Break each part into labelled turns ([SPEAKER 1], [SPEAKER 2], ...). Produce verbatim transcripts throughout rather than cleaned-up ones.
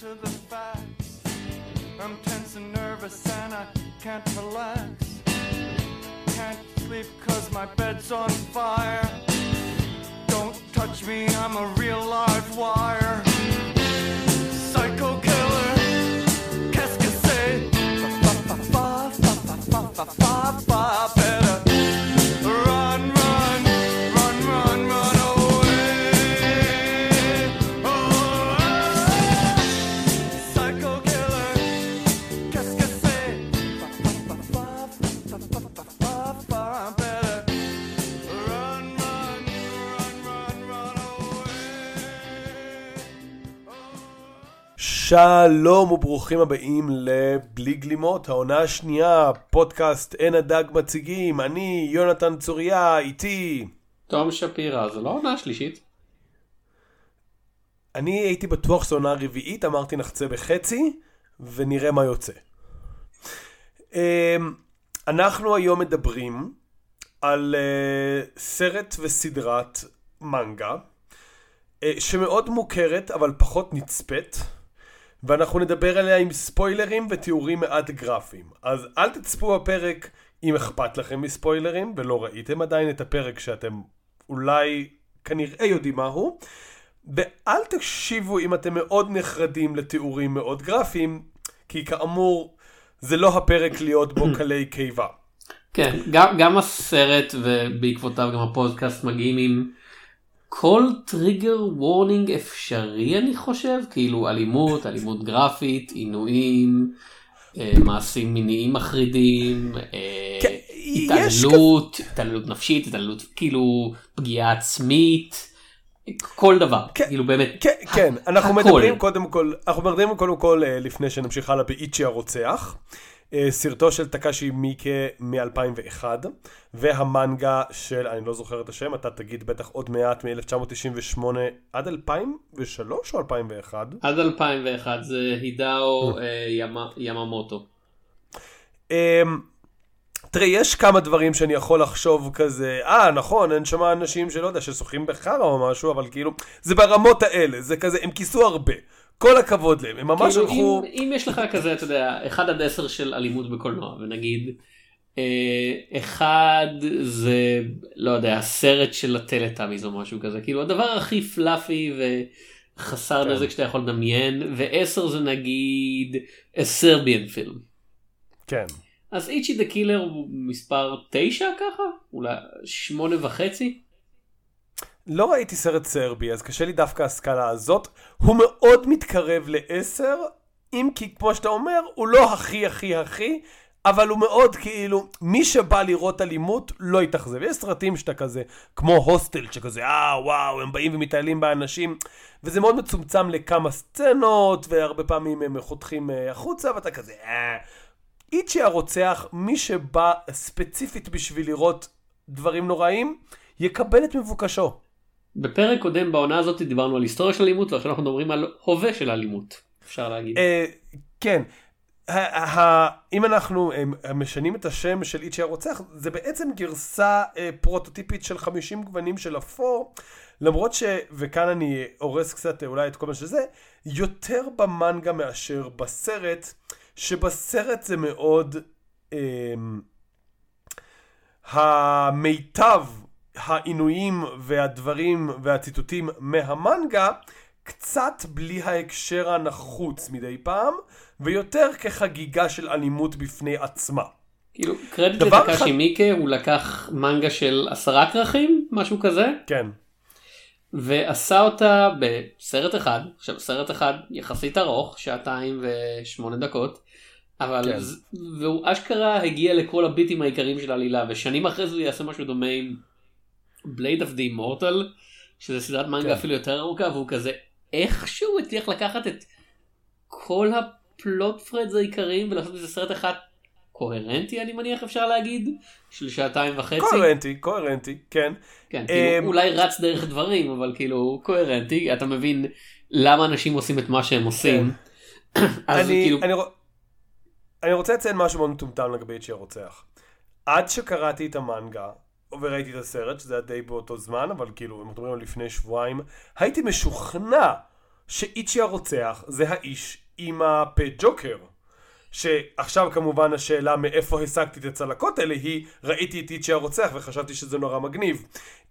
[SPEAKER 1] to the facts. I'm tense and nervous and I can't relax. Can't sleep cause my bed's on fire. Don't touch me, I'm a real live wire. Psycho killer, qu'est-ce que c'est? Fa fa fa fa fa fa fa fa fa. Better run, run, run, run, run away. Oh, psycho killer, qu'est-ce que c'est? Fa fa fa fa fa fa fa fa. Better run, run, run, run, run away.
[SPEAKER 2] שלום וברוכים הבאים לבלי גלימות, העונה השנייה, פודקאסט אין הדג מציגים, אני יונתן צוריה, איתי
[SPEAKER 3] תום שפירא. זה לא העונה השלישית?
[SPEAKER 2] אני הייתי בטוח שזו עונה רביעית, אמרתי נחצה בחצי ונראה מה יוצא. אנחנו היום מדברים על סרט וסדרת מנגה שמאוד מוכרת אבל פחות נצפת, ואנחנו נדבר עליה עם ספוילרים ותיאורים מעט גרפיים. אז אל תצפו בפרק אם אכפת לכם מספוילרים ולא ראיתם עדיין את הפרק שאתם אולי כנראה יודעים מהו, ואל תקשיבו אם אתם מאוד נחרדים לתיאורים מאוד גרפיים, כי כאמור זה לא הפרק להיות בו קלי קיבה.
[SPEAKER 3] כן, גם, גם הסרט ובעקבותיו גם הפודקאסט מגיעים עם כל טריגר וורנינג אפשרי, אני חושב, כאילו אלימות, אלימות גרפית, עינויים, אה, מעשים מיניים מחרידים, אה,
[SPEAKER 2] כן,
[SPEAKER 3] התעללות, יש... התעללות נפשית, התעללות, כאילו פגיעה עצמית, כל דבר,
[SPEAKER 2] כן,
[SPEAKER 3] כאילו באמת.
[SPEAKER 2] כן, כן. אנחנו
[SPEAKER 3] הכל.
[SPEAKER 2] מדברים קודם כל, אנחנו מדברים קודם כל לפני שנמשיך הלאה באיצ'י הרוצח, סרטו של טקאשי מייקה מ-אלפיים ואחת, והמנגה של, אני לא זוכר את השם, אתה תגיד בטח עוד מעט, מ-אלף תשע מאות תשעים ושמונה עד אלפיים ושלוש או אלפיים ואחת?
[SPEAKER 3] עד אלפיים ואחת, זה הידאו יממוטו.
[SPEAKER 2] תראה, יש כמה דברים שאני יכול לחשוב כזה, אה, נכון, אין שם אנשים שלא יודע, ששוחים בחרה או משהו, אבל כאילו, זה ברמות האלה, זה כזה, הם כיסו הרבה. כל הכבוד להם, הם ממש
[SPEAKER 3] כאילו,
[SPEAKER 2] הלכו...
[SPEAKER 3] אם, אם יש לך כזה, אתה יודע, אחד עד עשר של אלימות בקולנוע, ונגיד, אה, אחד זה, לא יודע, הסרט של הטלטאביז או משהו כזה, כאילו, הדבר הכי פלאפי וחסר נזק שאתה יכול לדמיין, ועשר זה נגיד, a Serbian film.
[SPEAKER 2] כן.
[SPEAKER 3] אז איצ'י דה קילר הוא מספר תשע ככה? אולי שמונה וחצי?
[SPEAKER 2] לא ראיתי סרט סרבי, אז קשה לי דווקא הסקאלה הזאת. הוא מאוד מתקרב לעשר, אם כי כמו שאתה אומר, הוא לא הכי הכי הכי, אבל הוא מאוד כאילו, מי שבא לראות אלימות לא יתאכזב. יש סרטים שאתה כזה, כמו הוסטל, שכזה, אה וואו, הם באים ומתעלים באנשים, וזה מאוד מצומצם לכמה סצנות, והרבה פעמים הם חותכים החוצה, ואתה כזה, אה... איצ'י הרוצח, מי שבא ספציפית בשביל לראות דברים נוראים, יקבל את מבוקשו.
[SPEAKER 3] בפרק קודם בעונה הזאת דיברנו על היסטוריה של אלימות, ועכשיו אנחנו מדברים על הווה של אלימות, אפשר להגיד.
[SPEAKER 2] כן, אם אנחנו משנים את השם של איצ'י הרוצח, זה בעצם גרסה פרוטוטיפית של חמישים גוונים של אפור, למרות ש, וכאן אני הורס קצת אולי את כל מה שזה, יותר במנגה מאשר בסרט, שבסרט זה מאוד אה, המיטב העינויים והדברים והציטוטים מהמנגה קצת בלי ההקשר הנחוץ מדי פעם, ויותר כחגיגה של אלימות בפני עצמה.
[SPEAKER 3] כאילו קרדיט לטקאשי מייקה, הוא לקח מנגה של עשרה כרכים, משהו כזה.
[SPEAKER 2] כן. ועשה
[SPEAKER 3] אותה בסרט אחד, עכשיו סרט אחד יחסית ארוך, שעתיים ושמונה דקות, אבל כן. ז... והוא אשכרה הגיע לכל הביטים העיקריים של העלילה, ושנים אחרי זה הוא יעשה משהו דומה עם Blade of the Immortal, שזה סדרת מנגה כן. אפילו יותר ארוכה, והוא כזה איכשהו הצליח לקחת את כל הפלוט פרדס העיקריים, ולעשות איזה סרט אחד קוהרנטי, אני מניח אפשר להגיד, של שעתיים וחצי.
[SPEAKER 2] קוהרנטי, קוהרנטי, כן.
[SPEAKER 3] כן, כאילו, אולי רץ דרך דברים, אבל כאילו, קוהרנטי, אתה מבין למה אנשים עושים את מה שהם עושים. אז כאילו...
[SPEAKER 2] אני רוצה לציין משהו מאוד מטומטם לגבי איצ'י הרוצח. עד שקראתי את המנגה, וראיתי את הסרט, שזה היה די באותו זמן, אבל כאילו, הם מדברים על לפני שבועיים, הייתי משוכנע שאיצ'י הרוצח זה האיש עם הפה ג'וקר. שעכשיו כמובן השאלה מאיפה השגתי את הצלקות האלה היא, ראיתי את איצ'י הרוצח וחשבתי שזה נורא מגניב.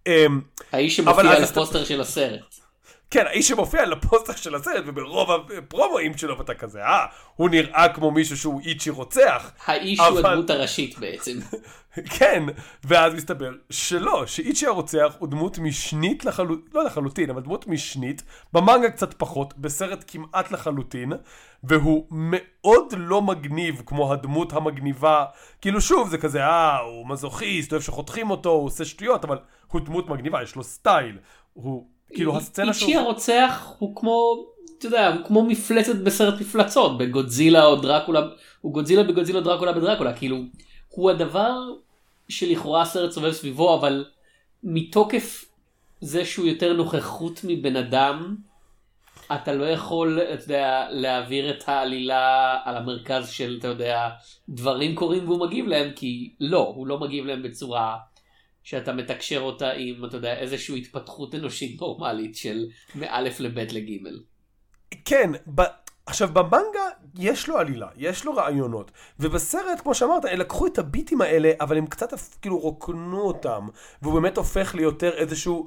[SPEAKER 3] האיש שמופיע על הפוסטר של הסרט.
[SPEAKER 2] כן, האיש שמופיע על הפוסטר של הסרט, וברוב הפרומואים שלו אתה כזה, אה, הוא נראה כמו מישהו שהוא איצ'י רוצח.
[SPEAKER 3] האיש הוא הדמות הראשית בעצם.
[SPEAKER 2] כן, ואז מסתבר שלא, שאיצ'י הרוצח הוא דמות משנית לחלוטין, לא לחלוטין, אבל דמות משנית, במנגה קצת פחות, בסרט כמעט לחלוטין, והוא מאוד לא מגניב כמו הדמות המגניבה, כאילו שוב זה כזה, אה, הוא מזוכיסט, אוהב שחותכים אותו, הוא עושה שטויות, אבל הוא דמות מגניבה, יש לו סטייל, הוא כאילו הסצנה
[SPEAKER 3] איצ'י הרוצח הוא כמו, אתה יודע, הוא כמו מפלצת בסרט מפלצות, בגודזילה או דרקולה, הוא גודזילה בגודזילה דרקולה בדרקולה, כאילו, הוא הדבר שלכאורה הסרט סובב סביבו, אבל מתוקף זה שהוא יותר נוכחות מבן אדם, אתה לא יכול, אתה יודע, להעביר את העלילה על המרכז של, אתה יודע, דברים קורים והוא מגיב להם, כי לא, הוא לא מגיב להם בצורה שאתה מתקשר אותה עם, אתה יודע, איזושהי התפתחות אנושית נורמלית של מאלף לבית לגימל.
[SPEAKER 2] כן, ב... עכשיו במנגה יש לו עלילה, יש לו רעיונות, ובסרט, כמו שאמרת, הם לקחו את הביטים האלה, אבל הם קצת כאילו רוקנו אותם, והוא באמת הופך ליותר איזשהו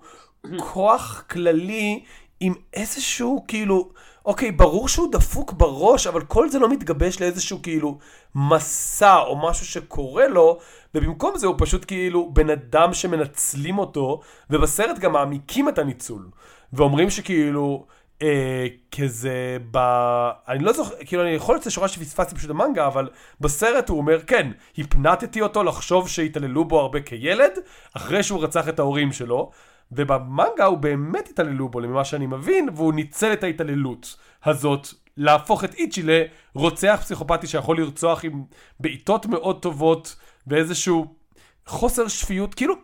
[SPEAKER 2] כוח כללי, עם איזשהו כאילו, אוקיי, ברור שהוא דפוק בראש, אבל כל זה לא מתגבש לאיזשהו כאילו מסע או משהו שקורה לו, ובמקום זה הוא פשוט כאילו בן אדם שמנצלים אותו, ובסרט גם מעמיקים את הניצול, ואומרים שכאילו, אה, כזה ב... אני לא זוכר, כאילו אני יכול לצאת שורה שפספסתי פשוט המנגה, אבל בסרט הוא אומר, כן, הפנתתי אותו לחשוב שהתעללו בו הרבה כילד, אחרי שהוא רצח את ההורים שלו, ובמנגה הוא באמת התעללו בו, למה שאני מבין, והוא ניצל את ההתעללות הזאת, להפוך את איצ'י לרוצח פסיכופתי שיכול לרצוח עם בעיטות מאוד טובות, ואיזשהו חוסר שפיות, כאילו,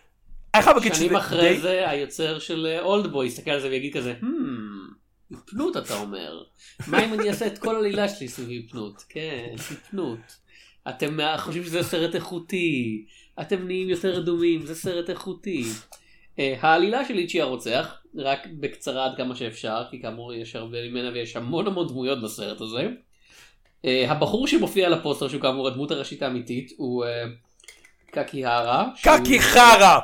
[SPEAKER 3] שנים אחרי זה, היוצר של אולדבוי יסתכל על זה ויגיד כזה, hmm, פנות אתה אומר, מה אם אני אעשה את כל הלילה שלי סביב פנות? כן, פנות. אתם חושבים שזה סרט איכותי, אתם נהיים יותר אדומים, זה סרט איכותי. העלילה של איצ'י הרוצח, רק בקצרה עד כמה שאפשר, כי כאמור יש הרבה ממנה ויש המון המון דמויות בסרט הזה. הבחור שמופיע על הפוסטר, שהוא כאמור הדמות הראשית האמיתית, הוא קקיהרה.
[SPEAKER 2] קקיהרה!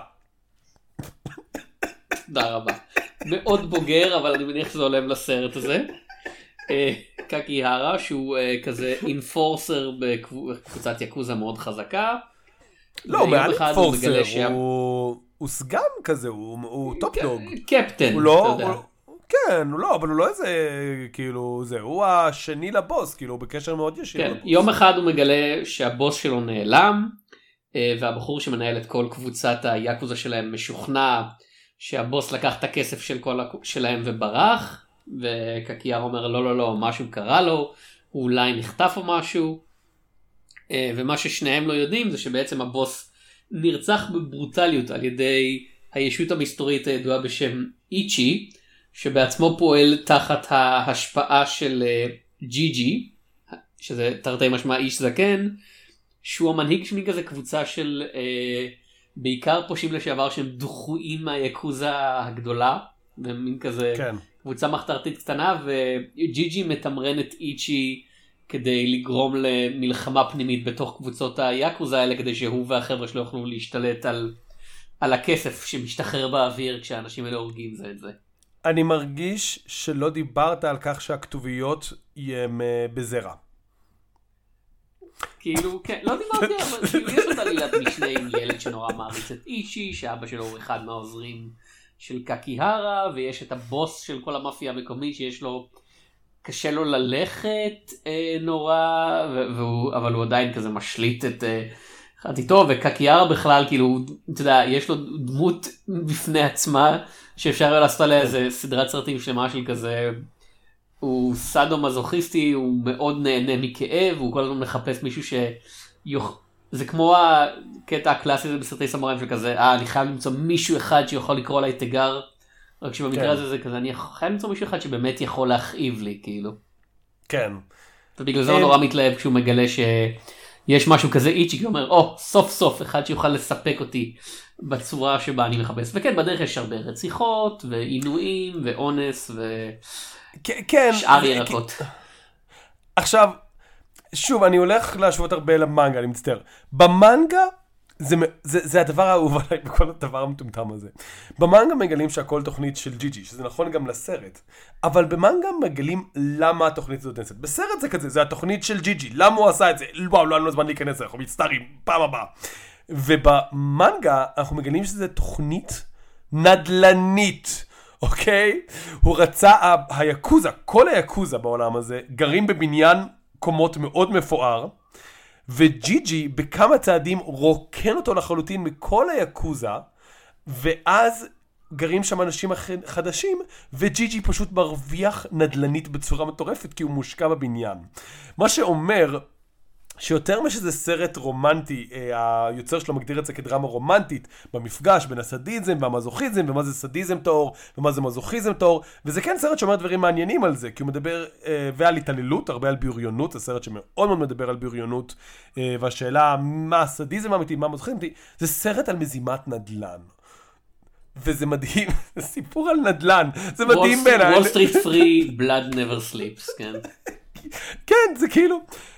[SPEAKER 3] תודה רבה. מאוד בוגר, אבל אני מניח שזה עולם לסרט הזה. קקיהרה, שהוא כזה אינפורסר בקבוצת יקוזה מאוד חזקה.
[SPEAKER 2] לא, מעל אינפורסר, הוא סגן כזה, הוא טופ דוג.
[SPEAKER 3] קפטן, אתה יודע.
[SPEAKER 2] כן, הוא לא, אבל הוא לא איזה, כאילו, זה, הוא השני לבוס, כאילו, הוא בקשר מאוד ישיר.
[SPEAKER 3] כן, יום אחד הוא מגלה שהבוס שלו נעלם, והבחור שמנהל את כל קבוצת היקוזה שלהם משוכנע שהבוס לקח את הכסף של כל שלהם וברח, וקקיהרה אומר לא לא לא, משהו קרה לו, הוא אולי נחטף או משהו, ומה ששניהם לא יודעים זה שבעצם הבוס נרצח בברוטליות על ידי הישות המסתורית הידועה בשם איצ'י, שבעצמו פועל תחת ההשפעה של ג'י ג'י, שזה תרתי משמע איש זקן, שהוא המנהיג של כזה קבוצה של אה, בעיקר פושעים לשעבר שהם דוחויים מהיקוזה הגדולה, ומין כזה כן. קבוצה מחתרתית קטנה, וג'י ג'י מתמרן את איצ'י כדי לגרום למלחמה פנימית בתוך קבוצות היקוזה האלה, כדי שהוא והחבר'ה שלו יוכלו להשתלט על, על הכסף שמשתחרר באוויר כשהאנשים האלה הורגים זה את זה.
[SPEAKER 2] אני מרגיש שלא דיברת על כך שהכתוביות הם בזרע.
[SPEAKER 3] כאילו, כן, לא דיברתי, אבל כאילו יש אותה עלילת משנה עם ילד שנורא מעריץ את איצ'י, שאבא שלו הוא אחד מהעוזרים של קקיהרה, ויש את הבוס של כל המאפיה המקומית שיש לו, קשה לו ללכת אה, נורא, והוא, אבל הוא עדיין כזה משליט את אה, אחד איתו, וקקיהרה בכלל, כאילו, אתה יודע, יש לו דמות בפני עצמה, שאפשר לעשות עליה איזה סדרת סרטים שלמה של כזה, הוא סאדו מזוכיסטי, הוא מאוד נהנה מכאב, הוא כל הזמן מחפש מישהו שיוכ... זה כמו הקטע הקלאסי הזה בסרטי סמוראים של כזה, אה, אני חייב למצוא מישהו אחד שיכול לקרוא עליי תיגר, רק שבמקרה כן. הזה זה כזה, אני חייב למצוא מישהו אחד שבאמת יכול להכאיב לי, כאילו.
[SPEAKER 2] כן.
[SPEAKER 3] ובגלל זה הוא נורא מתלהב כשהוא מגלה ש... יש משהו כזה איצ'י, אומר, או, סוף סוף, אחד שיוכל לספק אותי בצורה שבה אני מחפש. וכן, בדרך יש הרבה רציחות, ועינויים, ואונס, ושאר ירקות.
[SPEAKER 2] עכשיו, שוב, אני הולך להשוות הרבה למנגה, אני מצטער. במנגה, זה, זה, זה הדבר האהוב עליי בכל הדבר המטומטם הזה. במנגה מגלים שהכל תוכנית של ג'י-ג'י, שזה נכון גם לסרט. אבל במנגה מגלים למה התוכנית הזאת נעשית. בסרט זה כזה, זה התוכנית של ג'י-ג'י. למה הוא עשה את זה? וואו, לא היה לנו זמן להיכנס, אנחנו מצטערים, פעם הבאה. ובמנגה אנחנו מגלים שזה תוכנית נדלנית. אוקיי? הוא רצה, ה- היקוזה, כל היקוזה בעולם הזה, גרים בבניין קומות מאוד מפואר, וג'י-ג'י בכמה צעדים רוקן אותו לחלוטין מכל היקוזה, ואז גרים שם אנשים חדשים, וג'י-ג'י פשוט מרוויח נדלנית בצורה מטורפת, כי הוא מושקע בבניין. מה שאומר שיותר משזה סרט רומנטי, היוצר שלו מגדיר את זה כדרמה רומנטית, במפגש בין הסדיזם והמזוכיזם, ומה זה סדיזם טהור, ומה זה מזוכיזם טהור, וזה כן סרט שאומר דברים מעניינים על זה, כי הוא מדבר, ועל התעללות, הרבה על ביוריות, זה סרט שמאוד מאוד מדבר על ביוריות, והשאלה מה הסדיזם האמיתי, מה המזוכיזם האמיתי, זה סרט על מזימת נדל"ן. וזה מדהים, זה סיפור על נדל"ן, זה מדהים בעיניי.
[SPEAKER 3] וול סטריט פרי, blood never sleeps, כן.
[SPEAKER 2] כן, זה כאילו...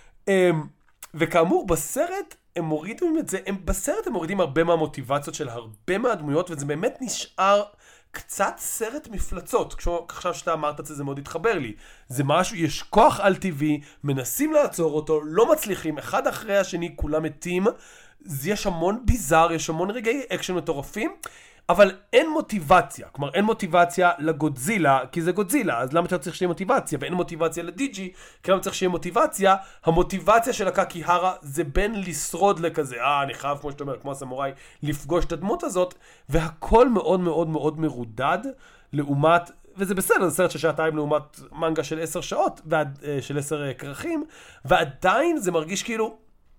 [SPEAKER 2] וכאמור, בסרט הם מורידים את זה, הם, בסרט הם מורידים הרבה מהמוטיבציות של הרבה מהדמויות, וזה באמת נשאר קצת סרט מפלצות. עכשיו שאתה אמרת את זה, זה מאוד התחבר לי. זה משהו, יש כוח על טבעי, מנסים לעצור אותו, לא מצליחים, אחד אחרי השני, כולם מתים, יש המון ביזר, יש המון רגעי אקשן מטורפים, אבל אין מוטיבציה, כלומר אין מוטיבציה לגודזילה, כי זה גודזילה, אז למה אתה צריך שיהיה מוטיבציה? ואין מוטיבציה לדיג'י, כי למה צריך שיהיה מוטיבציה? המוטיבציה של הקקיהרה זה בין לשרוד לכזה, אה, אני חייב, כמו שאתה אומר, כמו הסמוראי, לפגוש את הדמות הזאת, והכל מאוד מאוד מאוד מרודד, לעומת, וזה בסדר, זה סרט של שעתיים לעומת מנגה של עשר שעות, ועד, של עשר כרכים, ועדיין זה מרגיש כאילו,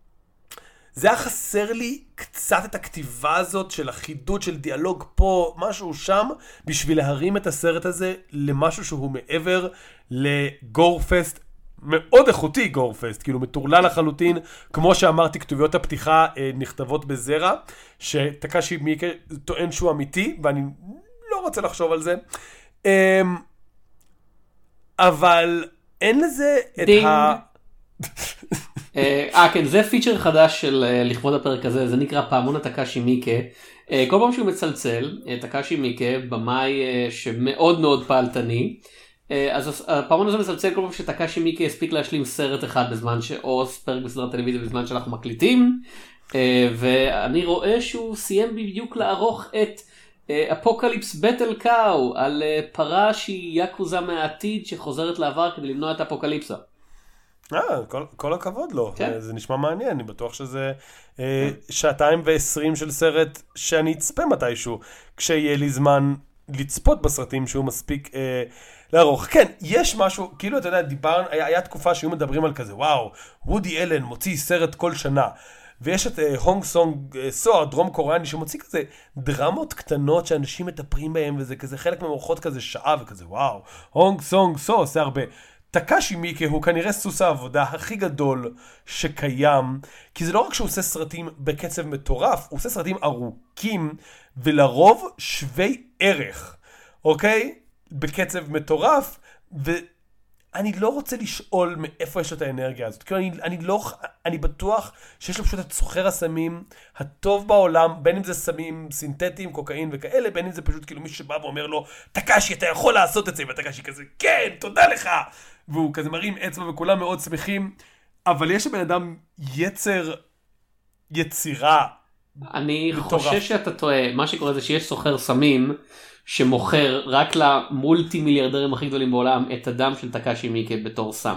[SPEAKER 2] זה היה חסר לי קצת את הכתיבה הזאת של החידוד של דיאלוג פה, משהו שם, בשביל להרים את הסרט הזה למשהו שהוא מעבר לגורפסט, מאוד איכותי גורפסט, כאילו מטורלל לחלוטין, כמו שאמרתי, כתוביות הפתיחה אה, נכתבות בזרע, שטקאשי מייקה טוען שהוא אמיתי, ואני לא רוצה לחשוב על זה, אה, אבל אין לזה את דינג. ה...
[SPEAKER 3] אה כן, זה פיצ'ר חדש של לכבוד הפרק הזה, זה נקרא פעמון טקאשי מייקה. כל פעם שהוא מצלצל, טקאשי מייקה, במאי שמאוד מאוד פעלתני, אז הפעמון הזה מצלצל כל פעם שטקאשי מייקה הספיק להשלים סרט אחד בזמן או פרק בסדרת טלוויזיה בזמן שאנחנו מקליטים, ואני רואה שהוא סיים בדיוק לערוך את אפוקליפס בטל קאו, על פרה שהיא יקוזה מהעתיד שחוזרת לעבר כדי למנוע את האפוקליפסה.
[SPEAKER 2] אה, כל, כל הכבוד לו, כן. זה נשמע מעניין, אני בטוח שזה אה, שעתיים ועשרים של סרט שאני אצפה מתישהו, כשיהיה לי זמן לצפות בסרטים שהוא מספיק אה, לערוך. כן, יש משהו, כאילו אתה יודע, דיבר, היה, היה תקופה שהיו מדברים על כזה, וואו, וודי אלן מוציא סרט כל שנה, ויש את אה, הונג סונג אה, סו, הדרום קוריאני, שמוציא כזה דרמות קטנות שאנשים מטפרים בהם, וזה כזה חלק ממערכות כזה שעה, וכזה וואו, הונג סונג סו עושה הרבה. טקאשי מייקה הוא כנראה סוס העבודה הכי גדול שקיים, כי זה לא רק שהוא עושה סרטים בקצב מטורף, הוא עושה סרטים ארוכים, ולרוב שווי ערך, אוקיי? בקצב מטורף, ואני לא רוצה לשאול מאיפה יש לו את האנרגיה הזאת, כי אני, אני, לא, אני בטוח שיש לו פשוט את סוחר הסמים הטוב בעולם, בין אם זה סמים סינתטיים, קוקאין וכאלה, בין אם זה פשוט כאילו מישהו שבא ואומר לו, טקאשי, אתה יכול לעשות את זה, וטקאשי כזה, כן, תודה לך! והוא כזה מרים אצבע וכולם מאוד שמחים, אבל יש לבן אדם יצר, יצירה.
[SPEAKER 3] אני חושש שאתה טועה, מה שקורה זה שיש סוחר סמים, שמוכר רק למולטי מיליארדרים הכי גדולים בעולם, את הדם של טקאשי מייקה בתור סם.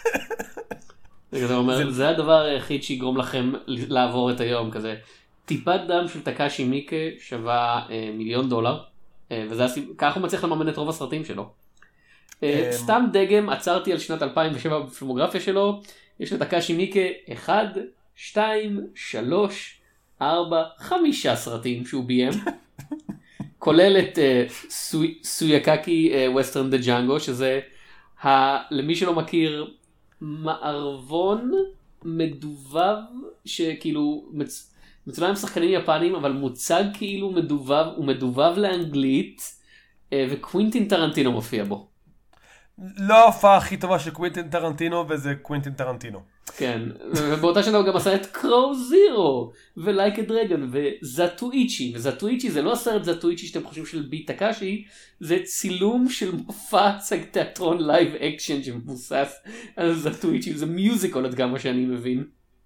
[SPEAKER 3] זה אומר, זה הדבר היחיד שיגרום לכם לעבור את היום כזה. טיפת דם של טקאשי מייקה שווה מיליון דולר, וככה הוא מצליח לממן את רוב הסרטים שלו. סתם דגם, עצרתי על שנת אלפיים ושבע בפילמוגרפיה שלו, יש לטקאשי מייקה אחד, שתיים, שלוש, ארבע, חמישה סרטים שהוא ביים, כולל את סויאקקי ווסטרן דה ג'אנגו, שזה למי שלא מכיר מערבון מדובב שכאילו מצ... מצולם עם שחקנים יפנים אבל מוצג כאילו מדובב, הוא מדובב לאנגלית וקווינטין טרנטינו מופיע בו.
[SPEAKER 2] לא ההופעה הכי טובה של קווינטין טרנטינו וזה קווינטין טרנטינו.
[SPEAKER 3] כן, ובאותה שנה הוא גם עשה את קרו זירו ולייק את דרגון וזאטואיצ'י, וזאטואיצ'י זה לא הסרט זאטואיצ'י שאתם חושבים של בי טקאשי, זה צילום של מופע הצג תיאטרון לייב אקשן שמבוסס על זאטואיצ'י, זה מיוזיקל עד כמה שאני מבין.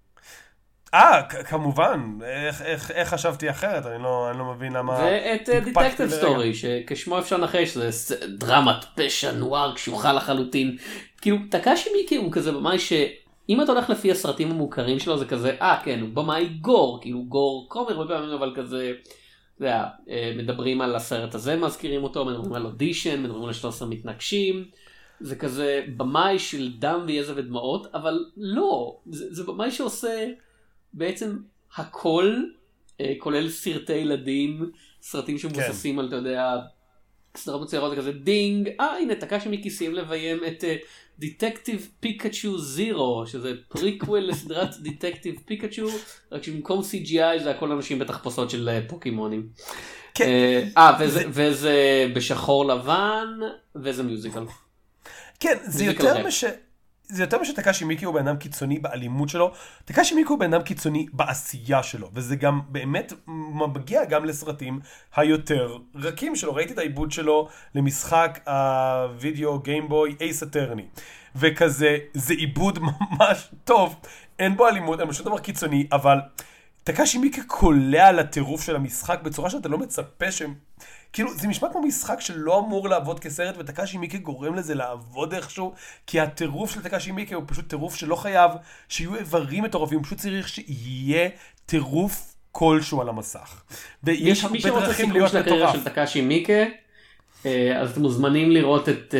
[SPEAKER 2] אה, כמובן, איך, איך, איך חשבתי אחרת, אני לא, אני לא מבין למה...
[SPEAKER 3] ואת דיטקטיב סטורי, שכשמו אפשר לנחש, זה דרמת פשע נואר קשוחה לחלוטין. כאילו, טקאשי מייקי הוא כזה במאי שאם אתה הולך לפי הסרטים המוכרים שלו, זה כזה, אה כן, הוא במאי גור, כאילו גור קומר הרבה פעמים, אבל כזה, זה היה, מדברים על הסרט הזה, מזכירים אותו, מדברים על אודישן, מדברים על שלושה מתנגשים, זה כזה במאי של דם ויזע ודמעות, אבל לא, זה, זה במאי שעושה... בעצם הכל, כולל סרטי ילדים, סרטים שמבוססים על, אתה יודע, סדרות מצוירות כזה, דינג, אה, הנה, טקאשי מייקי סיים לביים את דיטקטיב פיקאצ'ו זירו, שזה פריקוול לסדרת דיטקטיב פיקאצ'ו, רק שבמקום סי ג'י איי זה הכל אנשים בתחפושות של פוקימונים. אה, וזה בשחור לבן, וזה מיוזיקל.
[SPEAKER 2] כן, זה יותר מש... זה יותר משטקאשי מייקי הוא בן אדם קיצוני באלימות שלו, טקאשי מייקי הוא בן אדם קיצוני בעשייה שלו, וזה גם באמת מגיע גם לסרטים היותר רכים שלו. ראיתי את העיבוד שלו למשחק הווידאו גיימבוי אייס אטרני, וכזה, זה עיבוד ממש טוב, אין בו אלימות, אין בו שום דבר קיצוני, אבל טקאשי מייקי קולע על הטירוף של המשחק בצורה שאתה לא מצפה שהם... כאילו, זה נשמע כמו משחק שלא אמור לעבוד כסרט, וטקאשי מייקי גורם לזה לעבוד איכשהו, כי הטירוף של טקאשי מייקי הוא פשוט טירוף שלא חייב שיהיו איברים מטורפים, הוא פשוט צריך שיהיה טירוף כלשהו על המסך. ויש הרבה דרכים להיות מטורף. מי שרוצה סיכום של הקריירה
[SPEAKER 3] של טקאשי מייקי, אז אתם מוזמנים לראות את...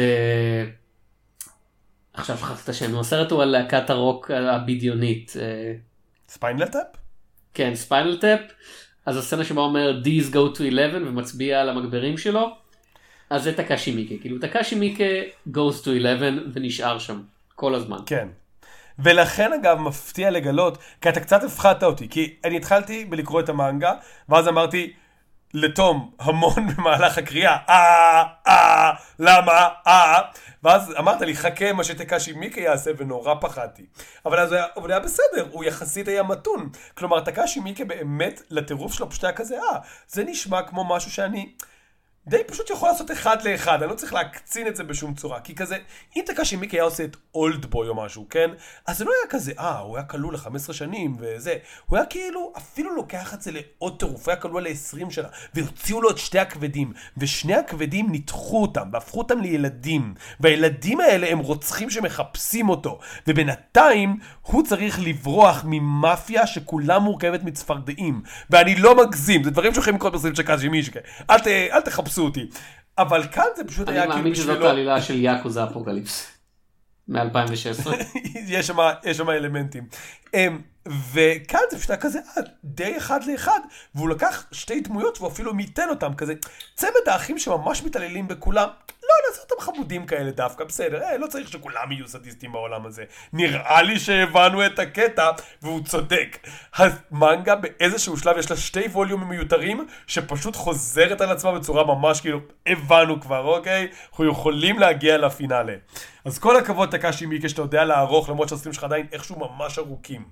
[SPEAKER 3] עכשיו שכחת את השם, הסרט הוא על להקת הרוק הבדיונית.
[SPEAKER 2] ספיינל טאפ?
[SPEAKER 3] כן, ספיינל טאפ. אז הסצנה שבה אומר These go to eleven ומצביע על המגברים שלו, אז זה טקאשי מייקי. כאילו טקאשי מייקי goes to eleven ונשאר שם כל הזמן.
[SPEAKER 2] כן. ולכן אגב מפתיע לגלות, כי אתה קצת הפחדת אותי, כי אני התחלתי בלקרוא את המנגה, ואז אמרתי לתום המון במהלך הקריאה, אה, אה, למה, אה, ואז אמרת לי, חכה מה שטקאשי מייקי יעשה, ונורא פחדתי. אבל אז היה, אבל היה בסדר, הוא יחסית היה מתון. כלומר, טקאשי מייקי באמת, לטירוף שלו פשוט היה כזה, אה, זה נשמע כמו משהו שאני די פשוט יכול לעשות אחד לאחד, אני לא צריך להקצין את זה בשום צורה, כי כזה, אם טקאשי מייקי היה עושה את אולד בוי או משהו, כן? אז זה לא היה כזה, אה, הוא היה כלול ל-חמש עשרה שנים וזה, הוא היה כאילו, אפילו לוקח את זה לעוד טירוף, הוא היה כלול ל-עשרים שנה, והוציאו לו את שתי הכבדים, ושני הכבדים ניתחו אותם, והפכו אותם לילדים, והילדים האלה הם רוצחים שמחפשים אותו, ובינתיים הוא צריך לברוח ממאפיה שכולה מורכבת מצפרדעים, ואני לא מגזים, זה דברים שיכולים לקרות בסרט של טקאשי מייקי, אל ת, אל תחפשו אותי. אבל כאן זה פשוט היה כאילו...
[SPEAKER 3] אני מאמין שזאת העלילה של יאקוזה אפוקליפס. מ-אלפיים ושש עשרה.
[SPEAKER 2] יש שם אלמנטים. וכאן זה פשוט היה כזה די אחד לאחד, והוא לקח שתי דמויות והוא אפילו מיתן אותם כזה. צמד האחים שממש מתעללים בכולם, לא נעשה אותם חמודים כאלה דווקא, בסדר, אה, לא צריך שכולם יהיו סדיסטים בעולם הזה. נראה לי שהבנו את הקטע, והוא צודק. המנגה באיזשהו שלב יש לה שתי ווליומים מיותרים, שפשוט חוזרת על עצמה בצורה ממש כאילו, הבנו כבר, אוקיי? אנחנו יכולים להגיע לפינאלה. אז כל הכבוד טקאשי מייקי שאתה יודע לערוך, למרות שהסרטים שלך עדיין איכשהו ממש ארוכים.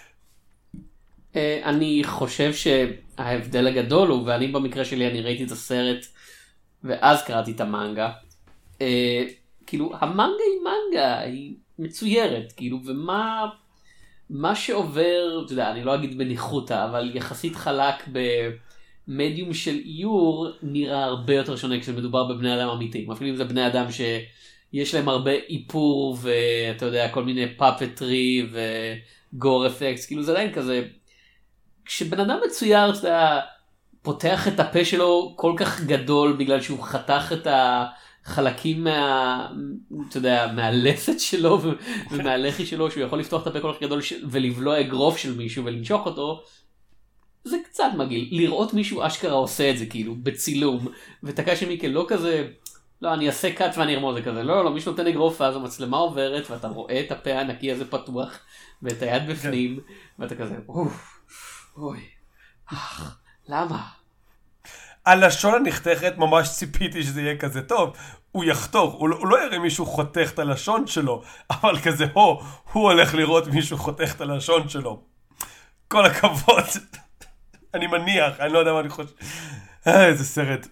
[SPEAKER 3] אני חושב שההבדל הגדול הוא, ואני במקרה שלי אני ראיתי את הסרט, ואז קראתי את המנגה, כאילו המנגה היא מנגה, היא מצוירת, כאילו, ומה מה שעובר, אתה יודע, אני לא אגיד בניחותה, אבל יחסית חלק במדיום של איור, נראה הרבה יותר שונה כשמדובר בבני אדם אמיתיים, אפילו אם זה בני אדם שיש להם הרבה איפור, ואתה יודע, כל מיני פאפטרי וגור אפקס, כאילו זה עדיין כזה, כשבן אדם מצויר, אתה יודע, פותח את הפה שלו כל כך גדול, בגלל שהוא חתך את החלקים מה, אתה יודע, מהלסת שלו ומהלחי שלו, שהוא יכול לפתוח את הפה כל כך גדול ולבלוע אגרוף של מישהו ולנשוך אותו, זה קצת מגעיל. לראות מישהו אשכרה עושה את זה, כאילו, בצילום, וטקאשי מייקי לא כזה, לא, אני אעשה קאט ואני ארמוז את כזה, לא, לא, מישהו נותן אגרוף, ואז המצלמה עוברת, ואתה רואה את הפה הענקי הזה פתוח, ואת היד בפנים, ואתה כזה, אוף, אוי, למה?
[SPEAKER 2] הלשון הנחתכת, ממש ציפיתי שזה יהיה כזה טוב, הוא יחתוך, הוא לא, הוא לא יראה מישהו חותך את הלשון שלו, אבל כזה, הו, הוא הולך לראות מישהו חותך את הלשון שלו. כל הכבוד. אני מניח, אני לא יודע מה אני חושב. אה, איזה סרט.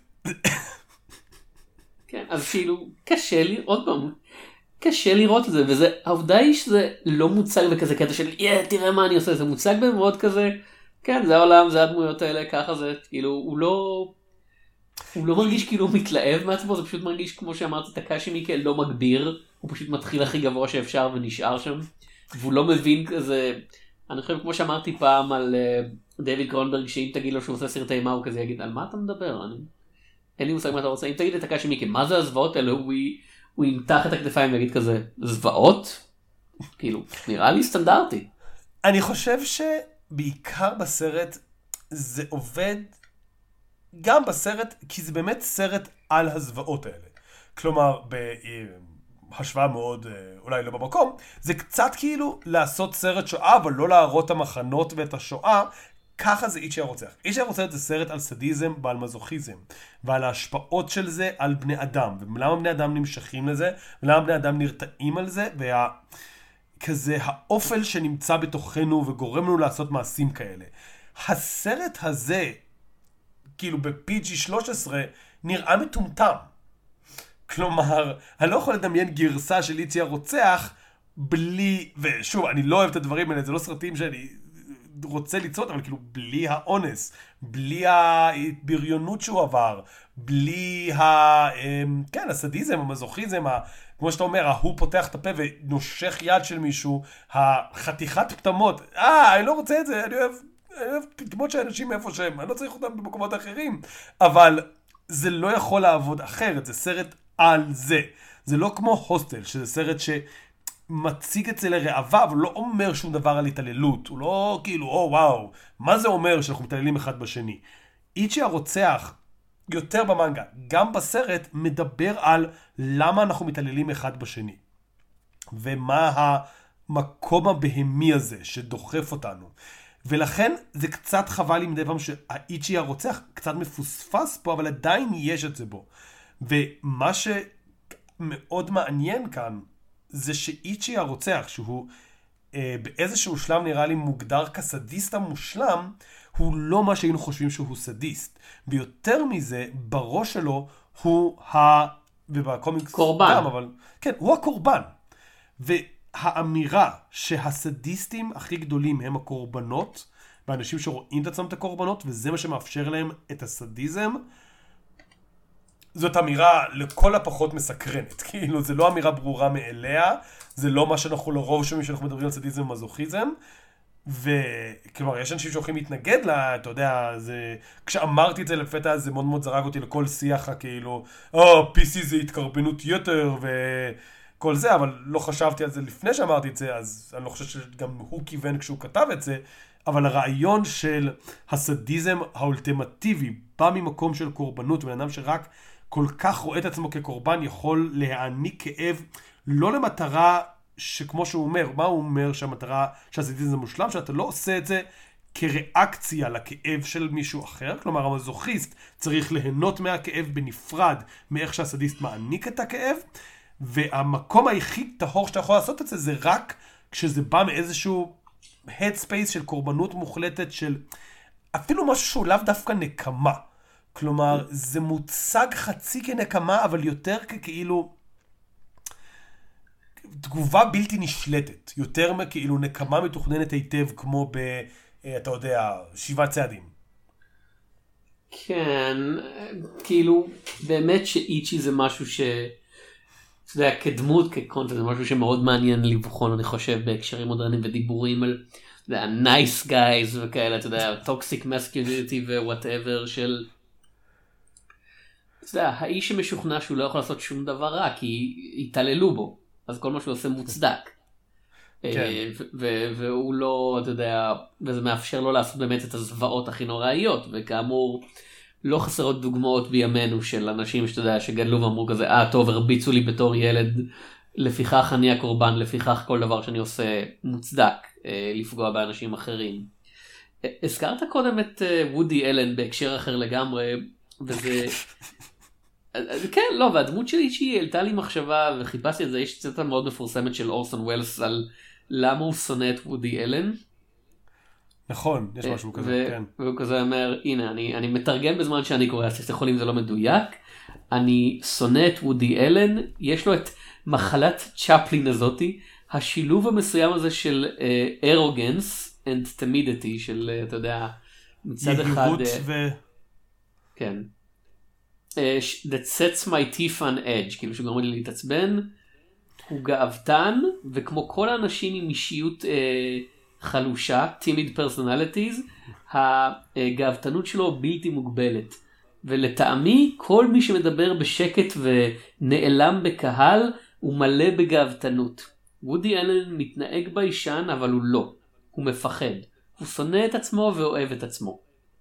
[SPEAKER 3] כן, אז כאילו, קשה לי, עוד פעם, קשה לראות את זה, וזה, העובדה היא שזה לא מוצג בכזה קטע של, יא, תראה מה אני עושה, זה מוצג במאוד כזה, כן, זה העולם, זה הדמויות האלה, ככה זה, כאילו, הוא לא, הוא לא מרגיש כאילו הוא מתלהב מעצמו, זה פשוט מרגיש, כמו שאמרתי, טקאשי מייקה לא מגביר, הוא פשוט מתחיל הכי גבוה שאפשר ונשאר שם, והוא לא מבין כזה, אני חושב, כמו שאמרתי פעם על uh, דייוויד קרונברג, שאם תגיד לו שהוא עושה סרטי אימה, הוא כזה יגיד, על מה אתה מדבר? אני... אין לי מושג מה אתה רוצה. אם תגיד לטקאשי מייקה, מה זה הזוועות האלה? הוא, הוא ימתח את הכתפיים ויגיד כזה, זוועות? כאילו, נראה לי סטנדרטי.
[SPEAKER 2] אני חושב שבעיקר בסרט זה עובד גם בסרט, כי זה באמת סרט על הזוועות האלה. כלומר, בהשוואה מאוד, אולי לא במקום, זה קצת כאילו לעשות סרט שואה, אבל לא להראות את המחנות ואת השואה, ככה זה איצ'י הרוצח. איצ'י הרוצח זה סרט על סדיזם ועל מזוכיזם, ועל ההשפעות של זה על בני אדם, ולמה בני אדם נמשכים לזה, ולמה בני אדם נרתעים על זה, וה... כזה האופל שנמצא בתוכנו וגורם לנו לעשות מעשים כאלה. הסרט הזה, כאילו ב-פי ג'י שלוש עשרה, נראה מטומטם. כלומר, אני לא יכול לדמיין גרסה של איצ'י הרוצח, בלי, ושוב, אני לא אוהב את הדברים האלה, זה לא סרטים שאני רוצה לצאות, אבל כאילו בלי האונס, בלי הבריונות שהוא עבר, בלי ה... כן, הסדיזם, המזוכיזם, ה... כמו שאתה אומר, הוא פותח את הפה ונושך יד של מישהו, החתיכת פתמות, אה, אני לא רוצה את זה, אני אוהב, אני אוהב פתמות של אנשים איפה שהם, אני לא צריך אותם במקומות אחרים, אבל זה לא יכול לעבוד אחרת, זה סרט על זה. זה לא כמו הוסטל, שזה סרט שמציג את זה לרעבה, אבל לא אומר שום דבר על התעללות, הוא לא כאילו, או וואו, מה זה אומר שאנחנו מתעללים אחד בשני? איצ'י הרוצח, יותר במנגה, גם בסרט, מדבר על למה אנחנו מתעללים אחד בשני. ומה המקום הבהמי הזה שדוחף אותנו. ולכן זה קצת חבל לי מדי פעם שהאיצ'י הרוצח קצת מפוספס פה, אבל עדיין יש את זה בו. ומה שמאוד מעניין כאן, זה שאיצ'י הרוצח, שהוא אה, באיזשהו שלב נראה לי מוגדר כסדיסט המושלם, הוא לא מה שהיינו חושבים שהוא סדיסט. ויותר מזה, בראש שלו הוא ה... ובקומיקס
[SPEAKER 3] קורבן.
[SPEAKER 2] גם, אבל... כן, הוא הקורבן. והאמירה שהסדיסטים הכי גדולים הם הקורבנות, ואנשים שרואים את עצמם את הקורבנות, וזה מה שמאפשר להם את הסדיזם, זאת אמירה לכל הפחות מסקרנת. כאילו, זה לא אמירה ברורה מאליה, זה לא מה שאנחנו לרוב שומעים שאנחנו מדברים על סדיזם ומזוכיזם, וכלומר, יש אנשים שהולכים להתנגד לה, אתה יודע, זה... כשאמרתי את זה לפתע, זה מאוד מאוד זרק אותי לכל שיח, כאילו, או, פי סי זה התקרבנות יותר, וכל זה, אבל לא חשבתי על זה לפני שאמרתי את זה, אז אני לא חושב שגם הוא כיוון כשהוא כתב את זה, אבל הרעיון של הסדיזם האולטימטיבי, בא ממקום של קורבנות, בן אדם שרק כל כך רואה את עצמו כקורבן, יכול להעניק כאב, לא למטרה שכמו שהוא אומר, מה הוא אומר שהמטרה שהסדיזם זה מושלם, שאתה לא עושה את זה כריאקציה לכאב של מישהו אחר, כלומר המזוכיסט צריך ליהנות מהכאב בנפרד מאיך שהסדיסט מעניק את הכאב, והמקום היחיד טהור שאתה יכול לעשות את זה, זה רק כשזה בא מאיזשהו headspace של קורבנות מוחלטת, של אפילו משהו שהוא לאו דווקא נקמה. כלומר, זה מוצג חצי כנקמה, אבל יותר ככאילו תגובה בלתי נשלטת. יותר כאילו נקמה מתוכננת היטב, כמו ב, אתה יודע, שבעה צעדים.
[SPEAKER 3] כן, כאילו, באמת שאיצ'י זה משהו ש... אתה יודע, כדמות, כקונטנט, זה משהו שמאוד מעניין לבחון, אני חושב, בהקשרים מודרניים ודיבורים על, אתה יודע, nice guys וכאלה, אתה יודע, toxic masculinity ו-whatever של... אתה יודע, האיש שמשוכנע שהוא לא יכול לעשות שום דבר רע, כי התעללו בו, אז כל מה שהוא עושה מוצדק. והוא לא, אתה יודע, וזה מאפשר לו לעשות באמת את הזוועות הכי נוראיות, וכאמור, לא חסרות דוגמאות בימינו של אנשים שאתה יודע שגדלו ואמרו כזה, אה טוב, הרביצו לי בתור ילד, לפיכך אני הקורבן, לפיכך כל דבר שאני עושה מוצדק אה, לפגוע באנשים אחרים. אה, הזכרת קודם את אה, וודי אלן בהקשר אחר לגמרי, וזה... כן, לא, והדמות שלי שהיא העלתה לי מחשבה, וחיפשתי את זה, יש ציטוט מאוד מפורסמת של אורסון וולס על למה הוא שונא את וודי אלן.
[SPEAKER 2] נכון, יש משהו כזה, כן.
[SPEAKER 3] והוא כזה אומר, הנה, אני, אני מתרגם בזמן שאני קורא, אז תסלחו לי אם זה לא מדויק, אני שונא את וודי אלן, יש לו את מחלת צ'פלין הזאתי, השילוב המסוים הזה של ארוגנס uh, and timidity, של, uh, אתה יודע, מצד אחד...
[SPEAKER 2] יהירות uh, ו...
[SPEAKER 3] כן. Uh, that sets my teeth on edge, כאילו שגורם לי להתעצבן, הוא גאוותן, וכמו כל האנשים עם אישיות... Uh, חלושה, timid personalities, הגאוותנות שלו בלתי מוגבלת. ולטעמי, כל מי שמדבר בשקט ונעלם בקהל, הוא מלא בגאוותנות. וודי אלן מתנהג בישן, אבל הוא לא. הוא מפחד. הוא שונא את עצמו ואוהב את עצמו.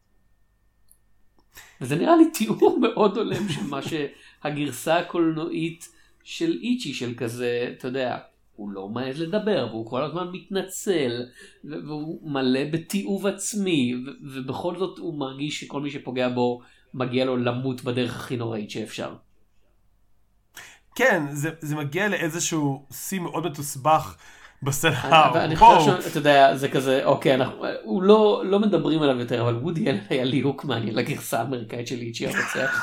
[SPEAKER 3] וזה נראה לי תיאור מאוד הולם של מה שהגרסה הקולנועית של איצ'י, של כזה, אתה יודע, הוא לא מעז לדבר, והוא כל הזמן מתנצל, והוא מלא בתיעוב עצמי, ובכל זאת הוא מרגיש שכל מי שפוגע בו, מגיע לו למות בדרך הכי נוראית שאפשר.
[SPEAKER 2] כן, זה, זה מגיע לאיזשהו שיא מאוד מתוסבך בסצנה.
[SPEAKER 3] אני חושב שאתה יודע, זה כזה, אוקיי, אנחנו, הוא לא, לא מדברים עליו יותר, אבל וודי אלן היה ליהוק מעניין לגרסה האמריקאית של איצ'י הרוצח.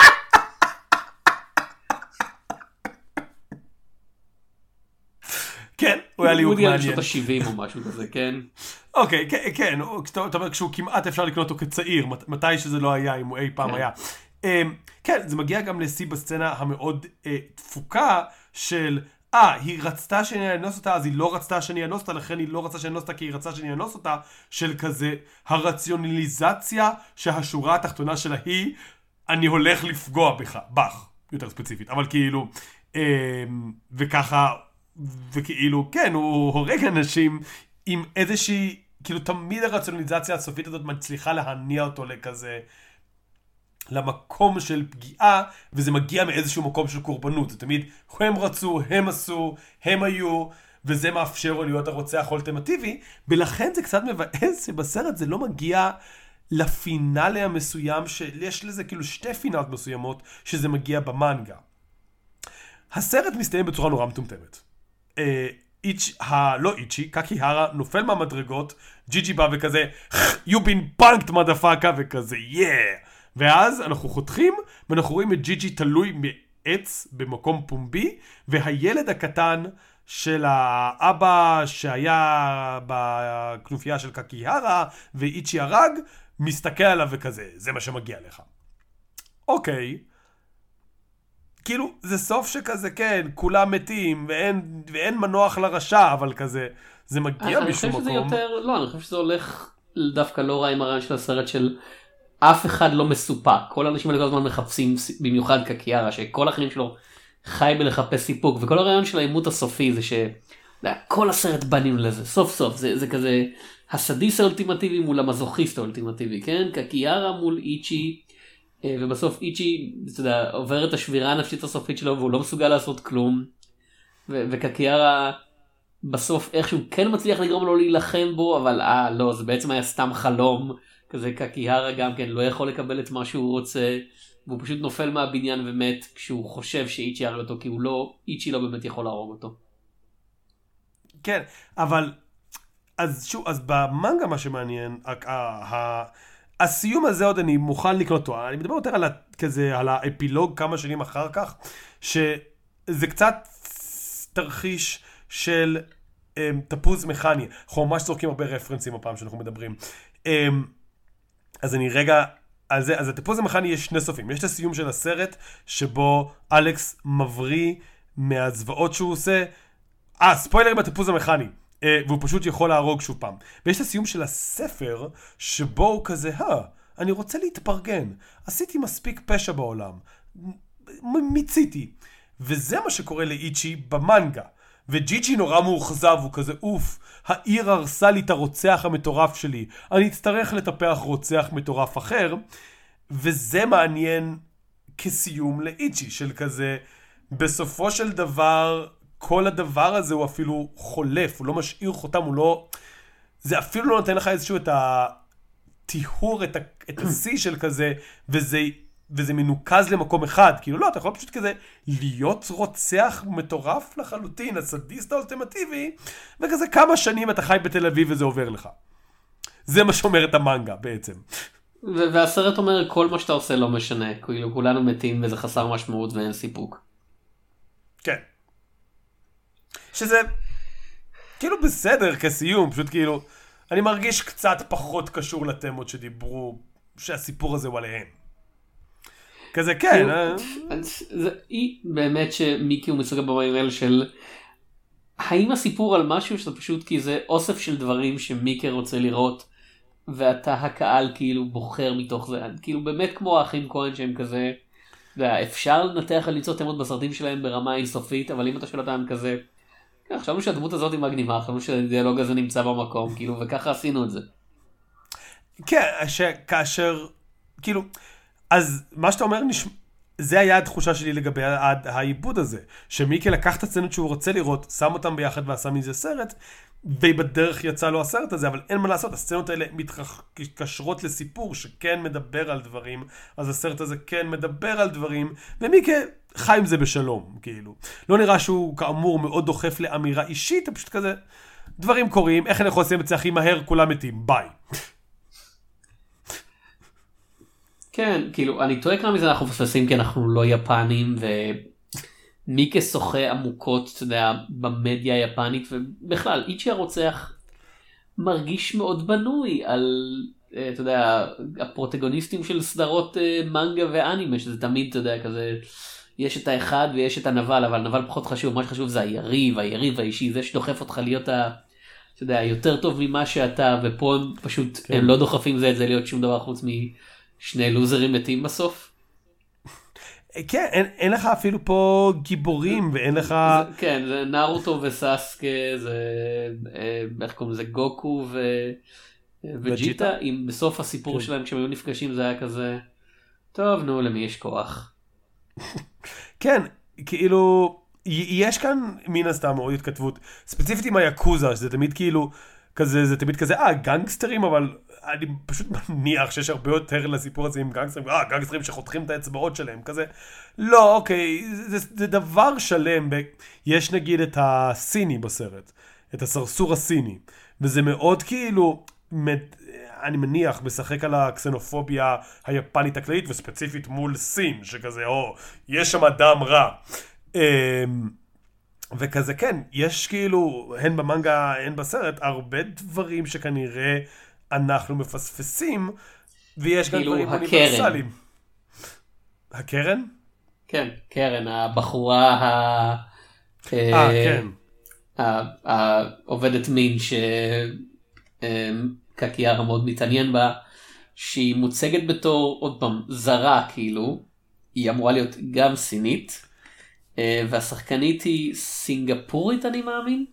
[SPEAKER 2] כן, הוא היה ליהוק מעניין.
[SPEAKER 3] וודי אלן שנות ה-שבעים או משהו כזה, כן?
[SPEAKER 2] אוקיי, כן, אתה אומר כשהוא כמעט אפשר לקנות אותו כצעיר, מתי שזה לא היה, אם הוא אי פעם היה. כן, זה מגיע גם לשיא בסצנה המאוד תפוקה של, אה, היא רצתה שאני אנוס אותה, אז היא לא רצתה שאני אנוס אותה, לכן היא לא רצתה שאני אנוס אותה, כי היא רצתה שאני אנוס אותה, של כזה הרציונליזציה שהשורה התחתונה שלה היא, אני הולך לפגוע בך, בך, יותר ספציפית, אבל כאילו, וככה, וכאילו, כן, הוא הורג אנשים עם איזושהי, כאילו תמיד הרציונליזציה הסופית הזאת מצליחה להניע אותו לכזה, למקום של פגיעה, וזה מגיע מאיזשהו מקום של קורבנות. זה תמיד, הם רצו, הם עשו, הם היו, וזה מאפשר לו להיות הרוצח האולטימטיבי, ולכן זה קצת מבאס שבסרט זה לא מגיע לפינאלה המסוים, שיש לזה כאילו שתי פינאלות מסוימות, שזה מגיע במנגה. הסרט מסתיים בצורה נורא מטומטמת. איץ', לא איצ'י, קקיהרה נופל מהמדרגות, ג'יג'י בא וכזה, you been punked motherfucker, וכזה, yeah. ואז אנחנו חותכים, ואנחנו רואים את ג'יג'י תלוי מעץ במקום פומבי, והילד הקטן של האבא שהיה בכנופיה של קקיהרה, ואיצ'י הרג, מסתכל עליו וכזה, זה מה שמגיע לך. אוקיי. כאילו, זה סוף שכזה, כן, כולם מתים, ואין, ואין מנוח לרשע, אבל כזה, זה מגיע משום מקום.
[SPEAKER 3] אני חושב שזה יותר, לא, אני חושב שזה הולך דווקא לא רע עם הרעיון של הסרט של אף אחד לא מסופק. כל האנשים האלה כל הזמן מחפשים, במיוחד קקיהרה, שכל החיים שלו חי בלחפש סיפוק, וכל הרעיון של העימות הסופי זה שכל הסרט בנינו לזה, סוף סוף, זה, זה כזה הסדיס האולטימטיבי מול המזוכיסט האולטימטיבי, כן? קקיהרה מול איצ'י, ובסוף איצ'י, אתה יודע, עובר את השבירה הנפשית הסופית שלו, והוא לא מסוגל לעשות כלום, ו- וקקיהרה בסוף איכשהו כן מצליח לגרום לו להילחם בו, אבל אה, לא, זה בעצם היה סתם חלום, כזה קקיהרה גם כן לא יכול לקבל את מה שהוא רוצה, והוא פשוט נופל מהבניין ומת, כשהוא חושב שאיצ'י ירג אותו, כי הוא לא, איצ'י לא באמת יכול להרוג אותו.
[SPEAKER 2] כן, אבל, אז שוב, אז במנגה מה שמעניין, הסיום הזה עוד אני מוכן לקנות אותו, אני מדבר יותר על כזה, על האפילוג כמה שנים אחר כך, שזה קצת תרחיש של um, תפוז מכני, אנחנו ממש צורקים הרבה רפרנסים הפעם שאנחנו מדברים. Um, אז אני רגע, על זה, אז התפוז המכני יש שני סופים, יש את הסיום של הסרט, שבו אלכס מבריא מהזוועות שהוא עושה, אה, ספוילר בתפוז המכני, והוא פשוט יכול להרוג שוב פעם. ויש את הסיום של הספר, שבו הוא כזה, אה, אני רוצה להתפרגן. עשיתי מספיק פשע בעולם. מיציתי. וזה מה שקורה לאיצ'י במנגה. וג'יג'י נורא מאוכזב, הוא כזה, אוף, העיר הרסה לי את הרוצח המטורף שלי. אני אצטרך לטפח רוצח מטורף אחר. וזה מעניין כסיום לאיצ'י, של כזה, בסופו של דבר, כל הדבר הזה הוא אפילו חולף, הוא לא משאיר חותם, הוא לא, זה אפילו לא נותן לך איזשהו את הטיהור, את, ה, את השיא של כזה, וזה, וזה מנוקז למקום אחד, כאילו לא, אתה יכול פשוט כזה להיות רוצח מטורף לחלוטין, הסדיסט האולטימטיבי, וכזה כמה שנים אתה חי בתל אביב וזה עובר לך. זה מה שאומרת המנגה בעצם.
[SPEAKER 3] והסרט אומר, כל מה שאתה עושה לא משנה, כאילו כולנו מתים וזה חסר משמעות ואין סיפוק.
[SPEAKER 2] כן. שזה כאילו בסדר כסיום, פשוט כאילו, אני מרגיש קצת פחות קשור לתמות שדיברו, שהסיפור הזה הוא עליהם. כזה כן.
[SPEAKER 3] היא באמת שמיקי הוא מסוגל במים האלה של, האם הסיפור על משהו שזה פשוט כי זה אוסף של דברים שמיקי רוצה לראות, ואתה הקהל כאילו בוחר מתוך זה, כאילו באמת כמו האחים כהן שהם כזה, אפשר לנתח על ליצור תמות בסרטים שלהם ברמה אינסופית, אבל אם אתה שואל אותם כזה, חשבנו שהדמות הזאת היא מגניבה, חשבנו שהדיאלוג הזה נמצא במקום, כאילו, וככה עשינו את זה.
[SPEAKER 2] כן, כאשר, כאילו, אז מה שאתה אומר, זה היה התחושה שלי לגבי העיבוד הזה, שמיקי לקח את הסצנות שהוא רוצה לראות, שם אותם ביחד ועשה מזה סרט, ובדרך יצא לו הסרט הזה, אבל אין מה לעשות, הסצנות האלה מתקשרות לסיפור שכן מדבר על דברים, אז הסרט הזה כן מדבר על דברים, ומיקי חי עם זה בשלום, כאילו. לא נראה שהוא כאמור מאוד דוחף לאמירה אישית, פשוט כזה, דברים קורים, איך אנחנו עושים את זה הכי מהר, כולם מתים, ביי.
[SPEAKER 3] כן, כאילו, אני טועה כמה מזה אנחנו מפספסים, כי אנחנו לא יפנים, ומיקי שוחה עמוקות, אתה יודע, במדיה היפנית, ובכלל, איצ'י הרוצח מרגיש מאוד בנוי על, אתה יודע, הפרוטגוניסטים של סדרות מנגה ואנימה, שזה תמיד, אתה יודע, כזה, יש את האחד ויש את הנבל, אבל הנבל פחות חשוב, מה שחשוב זה היריב, היריב האישי, זה שדוחף אותך להיות ה... אתה יודע, יותר טוב ממה שאתה, ופה הם פשוט, כן. הם לא דוחפים זה את זה להיות שום דבר חוץ משני לוזרים מתים בסוף.
[SPEAKER 2] כן, אין, אין לך אפילו פה גיבורים, ואין לך...
[SPEAKER 3] זה, כן, זה נארוטו וסאסקה, זה, איך קוראים לזה, גוקו ו... וג'יטה, אם בסוף הסיפור כן. שלהם, כשהם היו נפגשים, זה היה כזה, טוב, נו, למי יש כוח?
[SPEAKER 2] כן, כאילו... יש כאן מן הסתם מאוד התכתבות, ספציפית עם היקוזה, שזה תמיד כאילו, כזה, זה תמיד כזה, אה, גנגסטרים, אבל אני פשוט מניח שיש הרבה יותר לסיפור הזה עם גנגסטרים, אה, גנגסטרים שחותכים את האצבעות שלהם, כזה, לא, אוקיי, זה, זה דבר שלם, ב... יש נגיד את הסיני בסרט, את הסרסור הסיני, וזה מאוד כאילו, מת... אני מניח, משחק על הקסנופוביה היפנית הכללית, וספציפית מול סין, שכזה, או, יש שם אדם רע. וכזה כן, יש כאילו, הן במנגה, הן בסרט, הרבה דברים שכנראה אנחנו מפספסים, ויש גם דברים אוניברסליים. הקרן?
[SPEAKER 3] כן, קרן, הבחורה ה...
[SPEAKER 2] אה, כן.
[SPEAKER 3] העובדת מין שקקיארה מאוד מתעניין בה, שהיא מוצגת בתור, עוד פעם, זרה כאילו, היא אמורה להיות גם סינית, והשחקנית היא סינגפורית אני מאמין,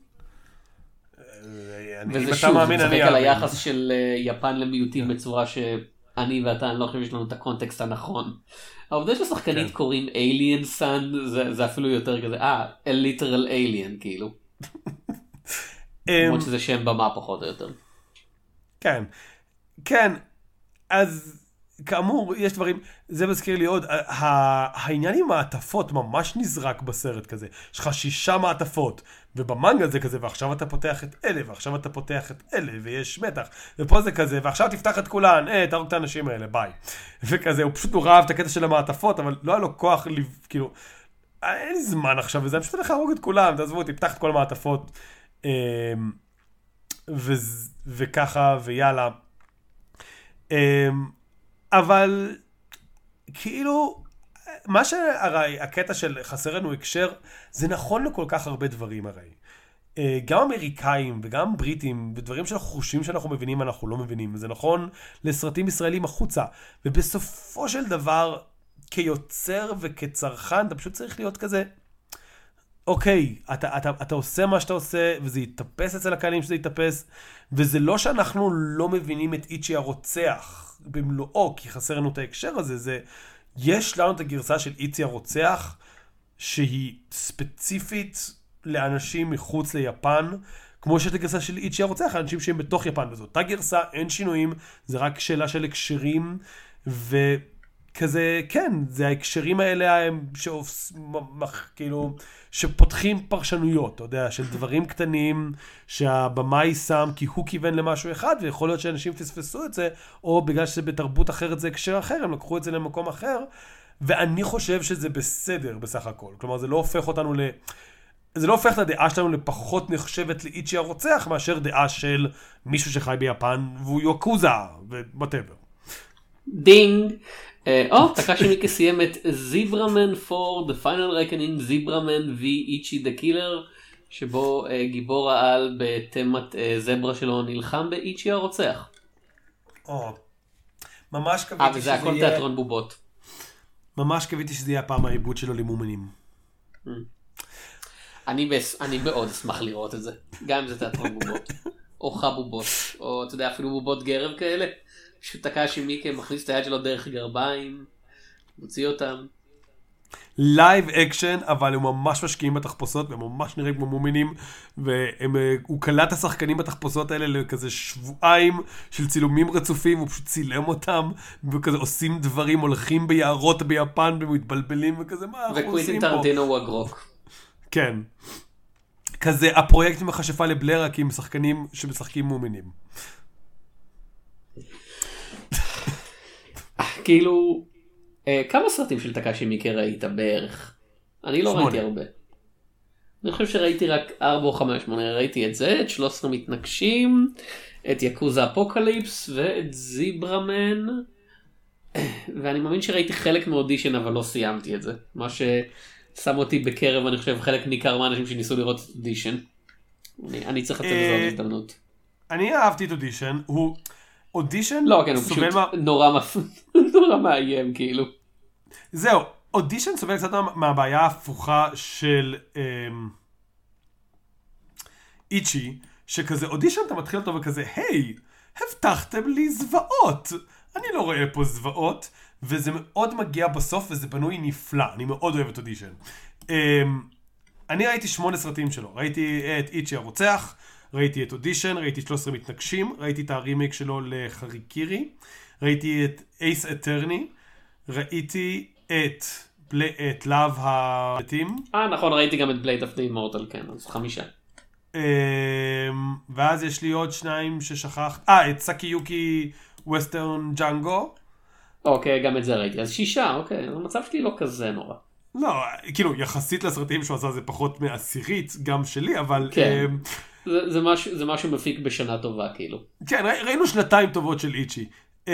[SPEAKER 3] וזה שוב, זה משחק על היחס של יפן למיעוטים בצורה שאני ואתה, אני לא חושב שיש לנו את הקונטקסט הנכון. העובדה ששחקנית קוראים Alien Sun, זה אפילו יותר כזה, אה, a literal alien כאילו. למרות שזה שם במה פחות או יותר. כן,
[SPEAKER 2] כן, אז... כאמור, יש דברים, זה מזכיר לי עוד, העניין עם מעטפות ממש נזרק בסרט כזה, יש לך שישה מעטפות, ובמנגה זה כזה, ועכשיו אתה פותח את אלה, ועכשיו אתה פותח את אלה, ויש מתח, ופה זה כזה, ועכשיו תפתח את כולן, אה, תהרוג את האנשים האלה, ביי. וכזה, הוא פשוט נורא אהב את הקטע של המעטפות, אבל לא היה לו כוח, כאילו, אין לי זמן עכשיו, וזה פשוט הולך להרוג את כולם, תעזבו, תפתח את כל המעטפות, וככה, ויאללה. אבל כאילו, מה שהרי הקטע של חסר לנו הקשר, זה נכון לכל כך הרבה דברים הרי. גם אמריקאים וגם בריטים, ודברים שאנחנו חושבים שאנחנו מבינים, אנחנו לא מבינים. זה נכון לסרטים ישראלים החוצה. ובסופו של דבר, כיוצר וכצרכן, אתה פשוט צריך להיות כזה, אוקיי, אתה, אתה, אתה עושה מה שאתה עושה, וזה יתאפס אצל הקהלים שזה יתאפס, וזה לא שאנחנו לא מבינים את איצ'י הרוצח במלואו, כי חסר לנו את ההקשר הזה, זה, יש לנו את הגרסה של איצ'י הרוצח, שהיא ספציפית לאנשים מחוץ ליפן, כמו שיש את הגרסה של איצ'י הרוצח, האנשים שהם בתוך יפן, וזאת אותה גרסה, אין שינויים, זה רק שאלה של הקשרים, וכזה, כן, זה ההקשרים האלה, הם שאופס, כאילו, שפותחים פרשנויות, אתה יודע, של דברים קטנים, שהבמאי שם כי הוא כיוון למשהו אחד, ויכול להיות שאנשים פספסו את זה, או בגלל שזה בתרבות אחרת זה הקשר אחר, הם לקחו את זה למקום אחר, ואני חושב שזה בסדר בסך הכל. כלומר, זה לא הופך אותנו ל... זה לא הופך את הדעה שלנו לפחות נחשבת לאיצ'י הרוצח, מאשר דעה של מישהו שחי ביפן, והוא יוקוזה, ובטבר.
[SPEAKER 3] דינג. או, טקאשי מייקה סיים את זיברמן for the final reckoning, זיברמן v איצ'י the killer, שבו גיבור העל בתמת זברה שלו נלחם באיצ'י הרוצח.
[SPEAKER 2] או, ממש קוויתי
[SPEAKER 3] שזה יהיה... אה, וזה הכל תיאטרון בובות.
[SPEAKER 2] ממש קוויתי שזה יהיה הפעם העיבוד שלו למומנים.
[SPEAKER 3] אני, בס... אני מאוד אשמח לראות את זה, גם אם זה תיאטרון בובות, או חבובות, או אתה יודע אפילו בובות גרב כאלה, שטקאשי מייקה מכניס את היד שלו דרך גרביים, מוציא אותם.
[SPEAKER 2] לייב אקשן, אבל הם ממש משקיעים בתחפושות, והם ממש נראים כמו מומינים, והוא קלט השחקנים בתחפושות האלה לכזה שבועיים של צילומים רצופים, הוא פשוט צילם אותם, וכזה עושים דברים, הולכים ביערות ביפן, ומתבלבלים וכזה, מה אנחנו עושים פה?
[SPEAKER 3] וקווינטין טרנטינו הוא הגרוק.
[SPEAKER 2] כן. כזה, הפרויקט עם החשפה לבלר, רק עם שחקנים שמשחקים מומינים.
[SPEAKER 3] כאילו, כמה סרטים של טקאשי מייקה ראית בערך? אני לא ראיתי הרבה. אני חושב שראיתי רק ארבע או חמש, ראיתי את זה, את שלוש עשרה מתנגשים, את יקוזה אפוקליפס ואת זיברמן, ואני מאמין שראיתי חלק מאודישן, אבל לא סיימתי את זה. מה ששם אותי בקרב, אני חושב, חלק ניכר מהאנשים שניסו לראות את אודישן. אני, אני צריך לצאת לזה עוד הזדמנות.
[SPEAKER 2] אני אהבתי את אודישן, הוא... אודישן?
[SPEAKER 3] לא, כן, הוא פשוט מה... נורא, מפ... נורא מאיים, כאילו.
[SPEAKER 2] זהו, אודישן סובל קצת מהבעיה ההפוכה של אמ... איצ'י, שכזה אודישן אתה מתחיל אותו וכזה, היי, הבטחתם לי זוועות. אני לא רואה פה זוועות, וזה מאוד מגיע בסוף, וזה בנוי נפלא. אני מאוד אוהב את אודישן. אמ... אני ראיתי שמונה סרטים שלו. ראיתי את איצ'י הרוצח, ראיתי את אודישן, ראיתי את שלוש עשרה מתנגשים, ראיתי את הרימייק שלו לחריקירי, ראיתי את אייס אטרני, ראיתי את, בלי, את לאב המתים.
[SPEAKER 3] אה, נכון, ראיתי גם את בלייד אוף דה אימורטל, כן, אז חמישה.
[SPEAKER 2] ואז יש לי עוד שניים ששכחת, אה, את סאקיוקי ווסטרן ג'אנגו.
[SPEAKER 3] אוקיי, גם את זה ראיתי, אז שישה, אוקיי, המצב שלי לא כזה נורא.
[SPEAKER 2] לא, כאילו, יחסית לסרטים שהוא עשה זה פחות מעשירית, גם שלי, אבל...
[SPEAKER 3] כן. זה, זה, משהו, זה משהו מפיק בשנה טובה, כאילו.
[SPEAKER 2] כן, ראינו שנתיים טובות של איצ'י.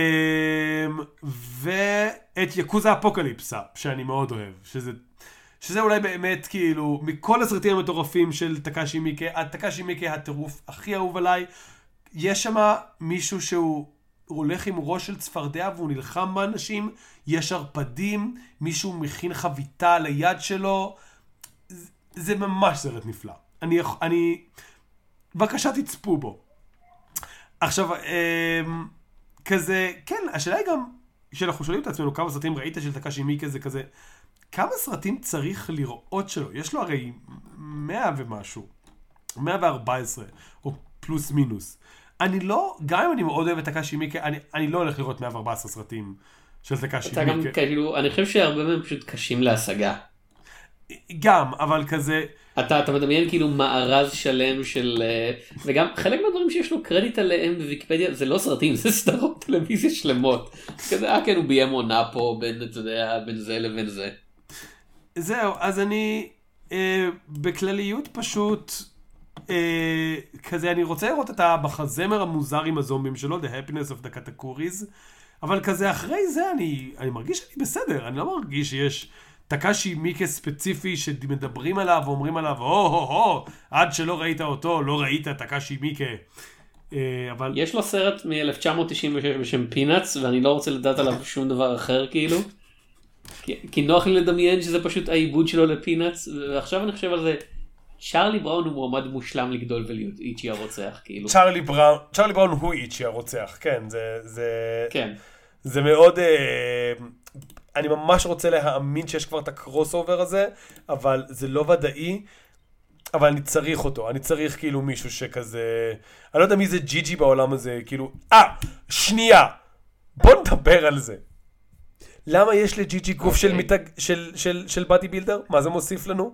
[SPEAKER 2] ואת יקוזה אפוקליפסה, שאני מאוד אוהב. שזה, שזה אולי באמת, כאילו, מכל הסרטים המטורפים של טקאשי מייקה, טקאשי מייקה הטירוף הכי אהוב עליי, יש שם מישהו שהוא הולך עם ראש של צפרדע, והוא נלחם באנשים, יש ערפדים, מישהו מכין חביתה ליד שלו, זה, זה ממש סרט נפלא. אני... אני בבקשה תצפו בו. עכשיו, כזה, כן, השאלה היא גם, כשאנחנו שואלים את עצמנו כמה סרטים ראית של טקאשי מייקה, זה כזה, כמה סרטים צריך לראות שלו? יש לו הרי מאה ומשהו, מאה וארבע עשרה, או פלוס מינוס. אני לא, גם אם אני מאוד אוהב את טקאשי מייקה, אני, אני לא הולך לראות מאה וארבע עשרה סרטים של טקאשי מייקה.
[SPEAKER 3] אתה גם, כאילו, אני חושב שהרבה מהם פשוט קשים להשגה.
[SPEAKER 2] גם, אבל כזה...
[SPEAKER 3] אתה, אתה מדמיין כאילו מארז שלם של... וגם חלק מהדברים שיש לו קרדיט עליהם בוויקיפדיה, זה לא סרטים, זה סדרות טלוויזיה שלמות. כזה, אה כן, הוא ביים עונה פה בין, אתה יודע, בין זה לבין זה.
[SPEAKER 2] זהו, אז אני אה, בכלליות פשוט... אה, כזה, אני רוצה לראות את המחזמר המוזר עם הזומבים שלו, The Happiness of the Katakuris, אבל כזה אחרי זה אני, אני מרגיש שאני בסדר, אני לא מרגיש שיש... טקאשי מייקה ספציפי שמדברים עליו ואומרים עליו, הו הו הו, עד שלא ראית אותו, לא ראית טקאשי מייקה. אבל...
[SPEAKER 3] יש לו סרט מ-אלף תשע מאות תשעים ושש בשם פינאץ, ואני לא רוצה לדעת עליו שום דבר אחר כאילו. כי נוח לי לדמיין שזה פשוט העיבוד שלו לפינאץ, ועכשיו אני חושב על זה, צ'רלי בראון הוא מועמד מושלם לגדול ולהיות איצ'י הרוצח, כאילו.
[SPEAKER 2] צ'רלי בראון, צ'רלי בראון הוא איצ'י הרוצח, כן, זה, זה,
[SPEAKER 3] כן.
[SPEAKER 2] זה מאוד, אה, אני ממש רוצה להאמין שיש כבר את הקרוס אובר הזה, אבל זה לא ודאי, אבל אני צריך אותו, אני צריך כאילו מישהו שכזה, אני לא יודע מי זה ג'י ג'י בעולם הזה, כאילו, אה, שנייה, בוא נדבר על זה. למה יש לג'י ג'י גוף okay. של, מתג, של, של, של בדי בילדר? מה זה מוסיף לנו?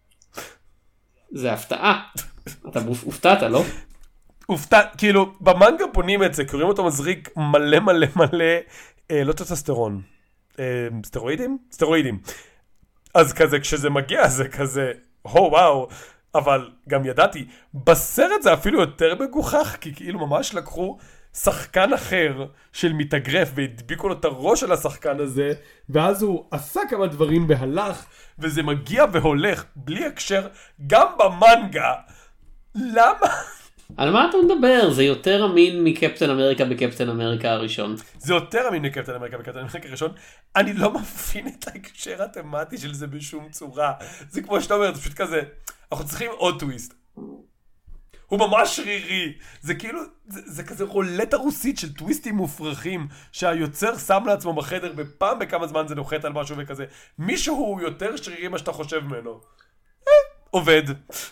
[SPEAKER 3] זה הפתעה. אתה הופתעת, לא?
[SPEAKER 2] הופתע, כאילו, במנגה בונים את זה, קוראים אותו מזריק מלא מלא מלא, אה, לא טסטוסטרון, אה, סטרואידים? סטרואידים. אז כזה, כשזה מגיע, זה כזה, הו וואו, אבל גם ידעתי, בסרט זה אפילו יותר מגוחך, כי כאילו ממש לקחו שחקן אחר של מתאגרף, והדביקו לו את הראש של השחקן הזה, ואז הוא עשה כמה דברים בהלך, וזה מגיע והולך, בלי הקשר, גם במנגה. למה?
[SPEAKER 3] על מה אתה מדבר? זה יותר אמין מקפטן אמריקה בקפטן אמריקה הראשון.
[SPEAKER 2] זה יותר אמין מקפטן אמריקה בקפטן אמריקה הראשון. אני לא מבין את ההקשר התמטי של זה בשום צורה. זה כמו שאתה אומר, זה פשוט כזה, אנחנו צריכים עוד טוויסט. הוא ממש שרירי. זה כאילו, זה, זה כזה רולטה רוסית של טוויסטים מופרכים, שהיוצר שם לעצמו בחדר, ופעם בכמה זמן זה נוחת על משהו וכזה. מישהו הוא יותר שרירי מה שאתה חושב ממנו. אה, עובד.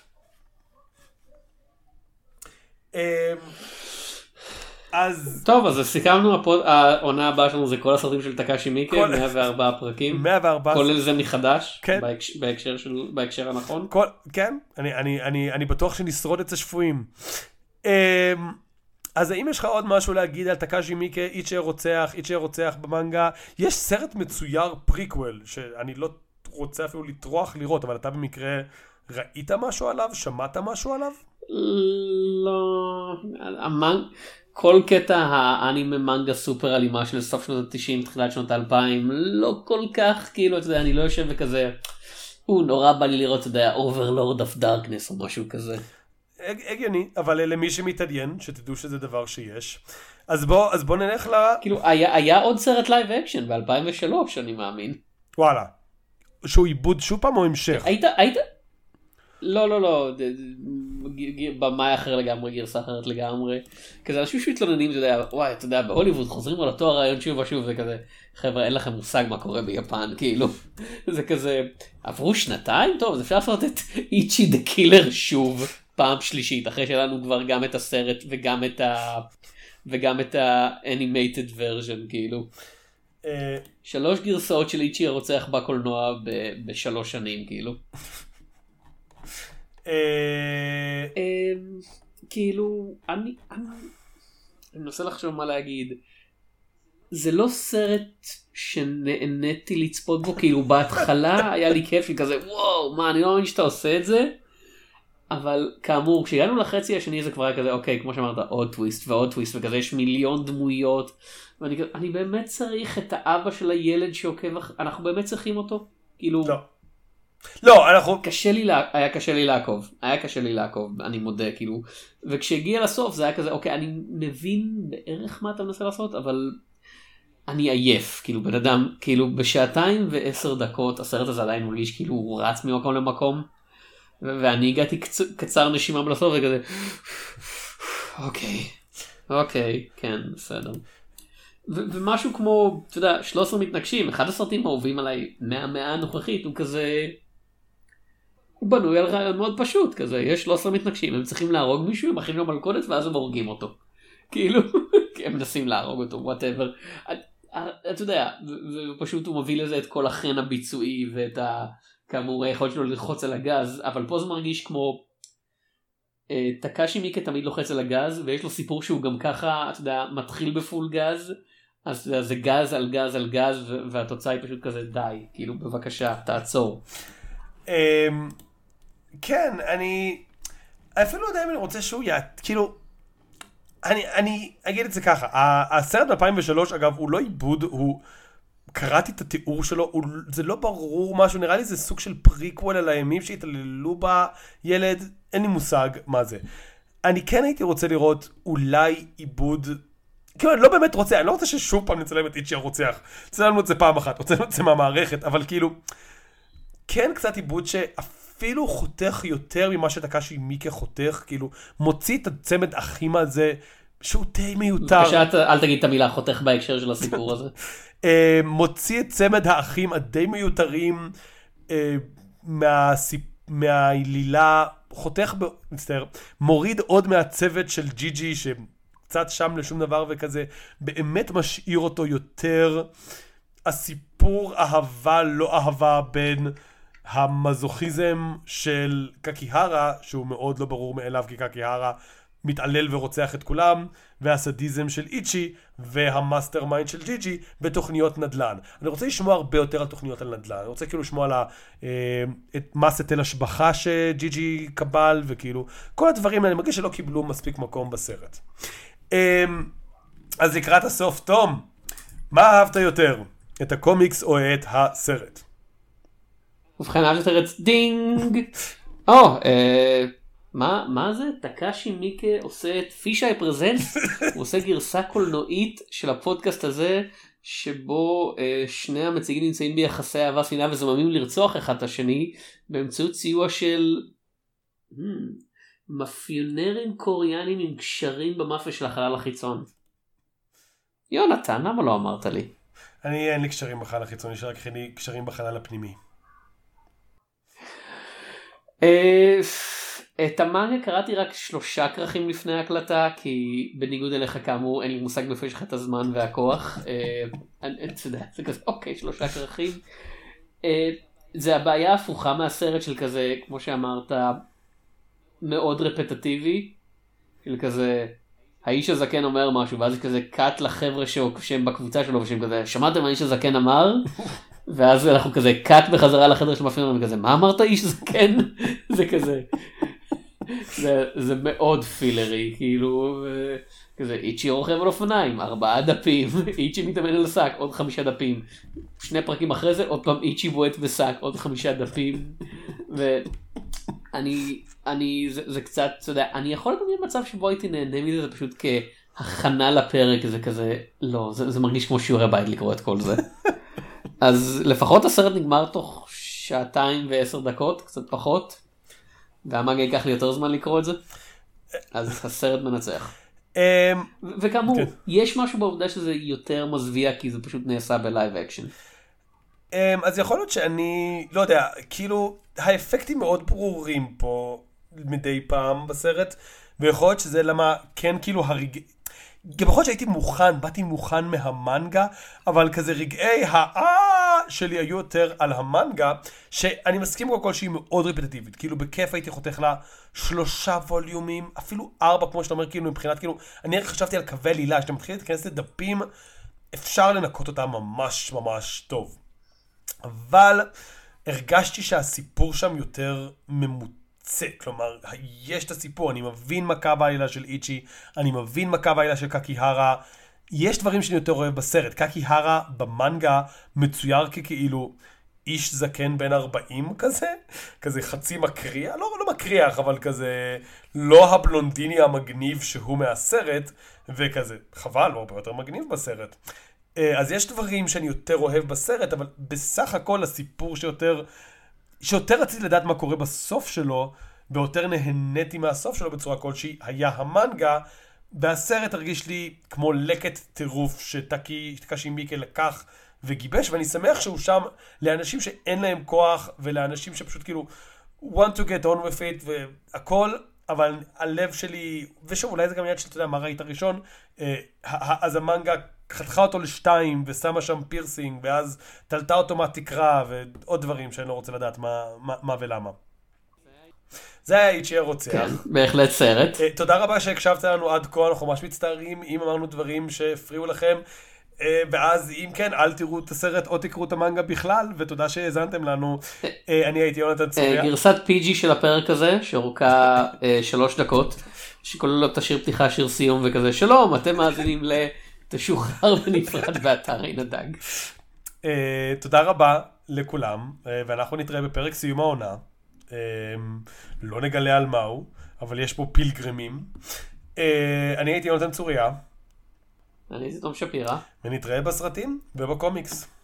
[SPEAKER 2] אז
[SPEAKER 3] טוב, אז סיכמנו, העונה הבאה שלנו זה כל הסרטים של טקאשי מייקה, מאה וארבע פרקים,
[SPEAKER 2] מאה וארבע
[SPEAKER 3] כולל זה מחדש, בהקשר הנכון.
[SPEAKER 2] כן, אני בטוח שנשרוד את השפויים. אז האם יש לך עוד משהו להגיד על טקאשי מייקה, איצ'י הרוצח, איצ'י הרוצח במנגה? יש סרט מצויר פריקוול, שאני לא רוצה אפילו לטרוח לראות, אבל אתה במקרה ראית משהו עליו? שמעת משהו עליו?
[SPEAKER 3] לא, המנג... כל קטע האנימה מנגה סופר אלימה של סוף שנות ה-תשעים, תחילת שנות ה-אלפיים, לא כל כך, כאילו, אתה יודע, אני לא יושב וכזה, הוא נורא בא לי לראות, אתה יודע, Overlord of Darkness או משהו כזה.
[SPEAKER 2] הגיוני, אבל למי שמתעניין, שתדעו שזה דבר שיש. אז בוא, אז בוא נלך ל...
[SPEAKER 3] כאילו, היה, היה עוד סרט לייב אקשן ב-אלפיים ושלוש, אני מאמין.
[SPEAKER 2] וואלה. שהוא עיבוד שוב פעם או המשך?
[SPEAKER 3] היית, היית... לא, לא, לא, במאי אחר לגמרי, גרסה אחרת לגמרי. כזה אנשים שמתלוננים, אתה יודע, וואי, אתה יודע, בהוליווד חוזרים על אותו הרעיון שוב ושוב, זה כזה, חבר'ה, אין לכם מושג מה קורה ביפן, כאילו. זה כזה, עברו שנתיים? טוב, אז אפשר לעשות את איצ'י דה קילר שוב, פעם שלישית, אחרי שלנו כבר גם את הסרט וגם את ה... וגם את ה-animated version, כאילו. שלוש גרסאות של איצ'י הרוצח בקולנוע בשלוש שנים, כאילו. כאילו, אני מנסה לחשוב מה להגיד. זה לא סרט שנהניתי לצפות בו, כאילו בהתחלה היה לי כיף כזה, וואו, מה, אני לא מאמין שאתה עושה את זה, אבל כאמור, כשהגענו לחצי השני זה כבר היה כזה, אוקיי, כמו שאמרת, עוד טוויסט ועוד טוויסט, וכזה יש מיליון דמויות, ואני כזה, אני באמת צריך את האבא של הילד שעוקב, אנחנו באמת צריכים אותו? כאילו...
[SPEAKER 2] לא. לא, אנחנו...
[SPEAKER 3] קשה לי, לה... היה קשה לי לעקוב, היה קשה לי לעקוב, אני מודה, כאילו, וכשהגיע לסוף זה היה כזה, אוקיי, אני מבין בערך מה אתה מנסה לעשות, אבל אני עייף, כאילו, בן אדם, כאילו, בשעתיים ועשר דקות, הסרט הזה עדיין מרגיש, כאילו, הוא רץ ממקום למקום, ו- ואני הגעתי קצ... קצר נשימה בלסוף, וכזה, אוקיי, אוקיי, כן, בסדר. ו- ומשהו כמו, אתה יודע, שלוש עשרה מתנגשים, אחד הסרטים האהובים עליי מהמאה הנוכחית, הוא כזה... הוא בנוי על רעיון מאוד פשוט, כזה, יש שלוש עשרה מתנגשים, הם צריכים להרוג מישהו, הם מכינים לו מלכודת, ואז הם הורגים אותו. כאילו, הם מנסים להרוג אותו, whatever. אתה יודע, ופשוט הוא מביא לזה את כל החן הביצועי, ואת ה... כאמור, היכולת שלו ללחוץ על הגז, אבל פה זה מרגיש כמו... טקאשי מייקה תמיד לוחץ על הגז, ויש לו סיפור שהוא גם ככה, אתה יודע, מתחיל בפול גז, אז זה גז על גז על גז, והתוצאה היא פשוט כזה, די, כאילו, בבקשה, תעצור.
[SPEAKER 2] כן, אני אפילו לא יודע אם אני רוצה שהוא יעט, כאילו, אני, אני אגיד את זה ככה, הסרט ב-אלפיים ושלוש, אגב, הוא לא עיבוד, הוא, קראתי את התיאור שלו, הוא, זה לא ברור משהו, נראה לי זה סוג של פריקוול על הימים שהתעללו בילד, אין לי מושג מה זה. אני כן הייתי רוצה לראות אולי עיבוד כאילו, אני לא באמת רוצה, אני לא רוצה ששוב פעם נצלם את איצ'י הרוצח. צלמנו את זה פעם אחת, רוצה את זה מהמערכת, אבל כאילו, כן קצת עיבוד שאפילו חותך יותר ממה שטקאשי מיקה חותך, כאילו, מוציא את הצמד אחים הזה, שהוא די מיותר.
[SPEAKER 3] בבקשה, אל תגיד את המילה חותך בהקשר של הסיפור הזה.
[SPEAKER 2] מוציא את צמד האחים הדי מיותרים מהעלילה, חותך, מצטער, מוריד עוד מהצוות של ג'י ג'י, שקצת שם לשום דבר וכזה, באמת משאיר אותו יותר הסיפור אהבה לא אהבה בין המזוכיזם של קקיהרה, שהוא מאוד לא ברור מאליו כי קקיהרה מתעלל ורוצח את כולם, והסדיזם של איצ'י והמאסטר מיינד של ג'י ג'י בתוכניות נדל"ן. אני רוצה לשמוע הרבה יותר על תוכניות על נדל"ן. אני רוצה כאילו לשמוע על את מס היטל השבחה שג'י ג'י קבל, וכאילו כל הדברים האלה, אני מרגיש שלא קיבלו מספיק מקום בסרט. אז לקראת הסוף, תום, מה אהבת יותר? את הקומיקס או את הסרט?
[SPEAKER 3] ובכן, אהבת יותר את דינג. או, אה... מה, מה זה? טקאשי מיקה עושה את פישאי פרזנטס, הוא עושה גרסה קולנועית של הפודקאסט הזה, שבו אה, שני המציגים נמצאים ביחסי אהבה שנאה וזוממים לרצוח אחד את השני, באמצעות סיוע של hmm, מאפיונרים קוריאנים עם קשרים במאפיה של החלל החיצון. יונתן, למה לא אמרת לי?
[SPEAKER 2] אני אין לי קשרים בחלל החיצון, יש רק קשרים בחלל הפנימי.
[SPEAKER 3] אה... את המאנגה קראתי רק שלושה כרכים לפני ההקלטה, כי בניגוד אליך כאמור אין לי מושג מאיפה יש לך את הזמן והכוח. זה כזה, אוקיי, שלושה כרכים. זה הבעיה הפוכה מהסרט של כזה, כמו שאמרת, מאוד רפטטיבי. של כזה, האיש הזקן אומר משהו, ואז כזה קאט לחבר'ה שהם בקבוצה שלו, ושהם כזה, שמעתם מה האיש הזקן אמר? ואז אנחנו כזה קאט בחזרה לחדר של מאפיונרים, וכזה, מה אמרת איש זקן? זה כזה... זה, זה מאוד פילרי, כאילו, כזה, איצ'י רוכב על אופניים, ארבעה דפים, איצ'י מתאמן על השק, עוד חמישה דפים, שני פרקים אחרי זה, עוד פעם איצ'י בועט בשק, עוד חמישה דפים, ואני, אני, זה, זה קצת, אתה יודע, אני יכול לדמיין מצב שבו הייתי נהנה מזה, זה פשוט כהכנה לפרק, זה כזה, לא, זה, זה מרגיש כמו שיעורי בית לקרוא את כל זה. אז לפחות הסרט נגמר תוך שעתיים ועשר דקות, קצת פחות. והמאגה ייקח לי יותר זמן לקרוא את זה, אז הסרט מנצח. וכאמור, יש משהו בעובדה שזה יותר מזוויע, כי זה פשוט נעשה בלייב אקשן.
[SPEAKER 2] אז יכול להיות שאני, לא יודע, כאילו, האפקטים מאוד ברורים פה מדי פעם בסרט, ויכול להיות שזה למה כן כאילו הרגע... גם יכול להיות שהייתי מוכן, באתי מוכן מהמנגה, אבל כזה רגעי האה שלי היו יותר על המנגה, שאני מסכים כל כל שהיא מאוד רפטטיבית, כאילו בכיף הייתי חותך לה שלושה ווליומים, אפילו ארבע, כמו שאתה אומר, כאילו מבחינת, כאילו, אני רק חשבתי על קווי לילה, שאתה מתחיל להתכנס לדפים, אפשר לנקות אותה ממש ממש טוב. אבל הרגשתי שהסיפור שם יותר ממוצע. כלומר, יש את הסיפור, אני מבין מה קו העלילה של איצ'י, אני מבין מה קו העלילה של קקיהרה, יש דברים שאני יותר אוהב בסרט. קקיהרה במנגה מצויר ככאילו איש זקן בן ארבעים כזה, כזה חצי מקריח, לא, לא מקריח, אבל כזה לא הבלונדיני המגניב שהוא מהסרט, וכזה חבל, לא הרבה יותר מגניב בסרט. אז יש דברים שאני יותר אוהב בסרט, אבל בסך הכל הסיפור שיותר... שיותר רציתי לדעת מה קורה בסוף שלו, ויותר נהניתי מהסוף שלו בצורה כלשהי, היה המנגה, והסרט הרגיש לי כמו לקט טירוף שטקאשי מיקה לקח וגיבש, ואני שמח שהוא שם לאנשים שאין להם כוח, ולאנשים שפשוט כאילו want to get on with it והכל, אבל הלב שלי, ושוב, אולי זה גם יד שאתה יודע מה ראית הראשון, אז המנגה חתכה אותו לשתיים ושמה שם פירסינג, ואז תלתה אותו מהתקרה ועוד דברים שאני לא רוצה לדעת מה, מה, מה ולמה. זה היה איצ'י הרוצח.
[SPEAKER 3] כן, בהחלט סרט.
[SPEAKER 2] תודה רבה שהקשבת לנו עד כה, אנחנו ממש מצטערים אם אמרנו דברים שהפריעו לכם, ואז אם כן, אל תראו את הסרט או תקראו את המנגה בכלל, ותודה שהזנתם לנו. אני הייתי יונתן צוריה.
[SPEAKER 3] גרסת פי ג'י של הפרק הזה, שאורכה שלוש דקות, שכוללת את השיר פתיחה, שיר סיום וכזה, שלום, אתם מאזינים ל... תשוחרר ונפרד באתר עין הדג.
[SPEAKER 2] תודה רבה לכולם, ואנחנו נתראה בפרק סיום העונה. לא נגלה על מהו, אבל יש פה פילגרימים. אני הייתי יונתן צוריה.
[SPEAKER 3] אני זה תום שפירא.
[SPEAKER 2] ונתראה בסרטים ובקומיקס.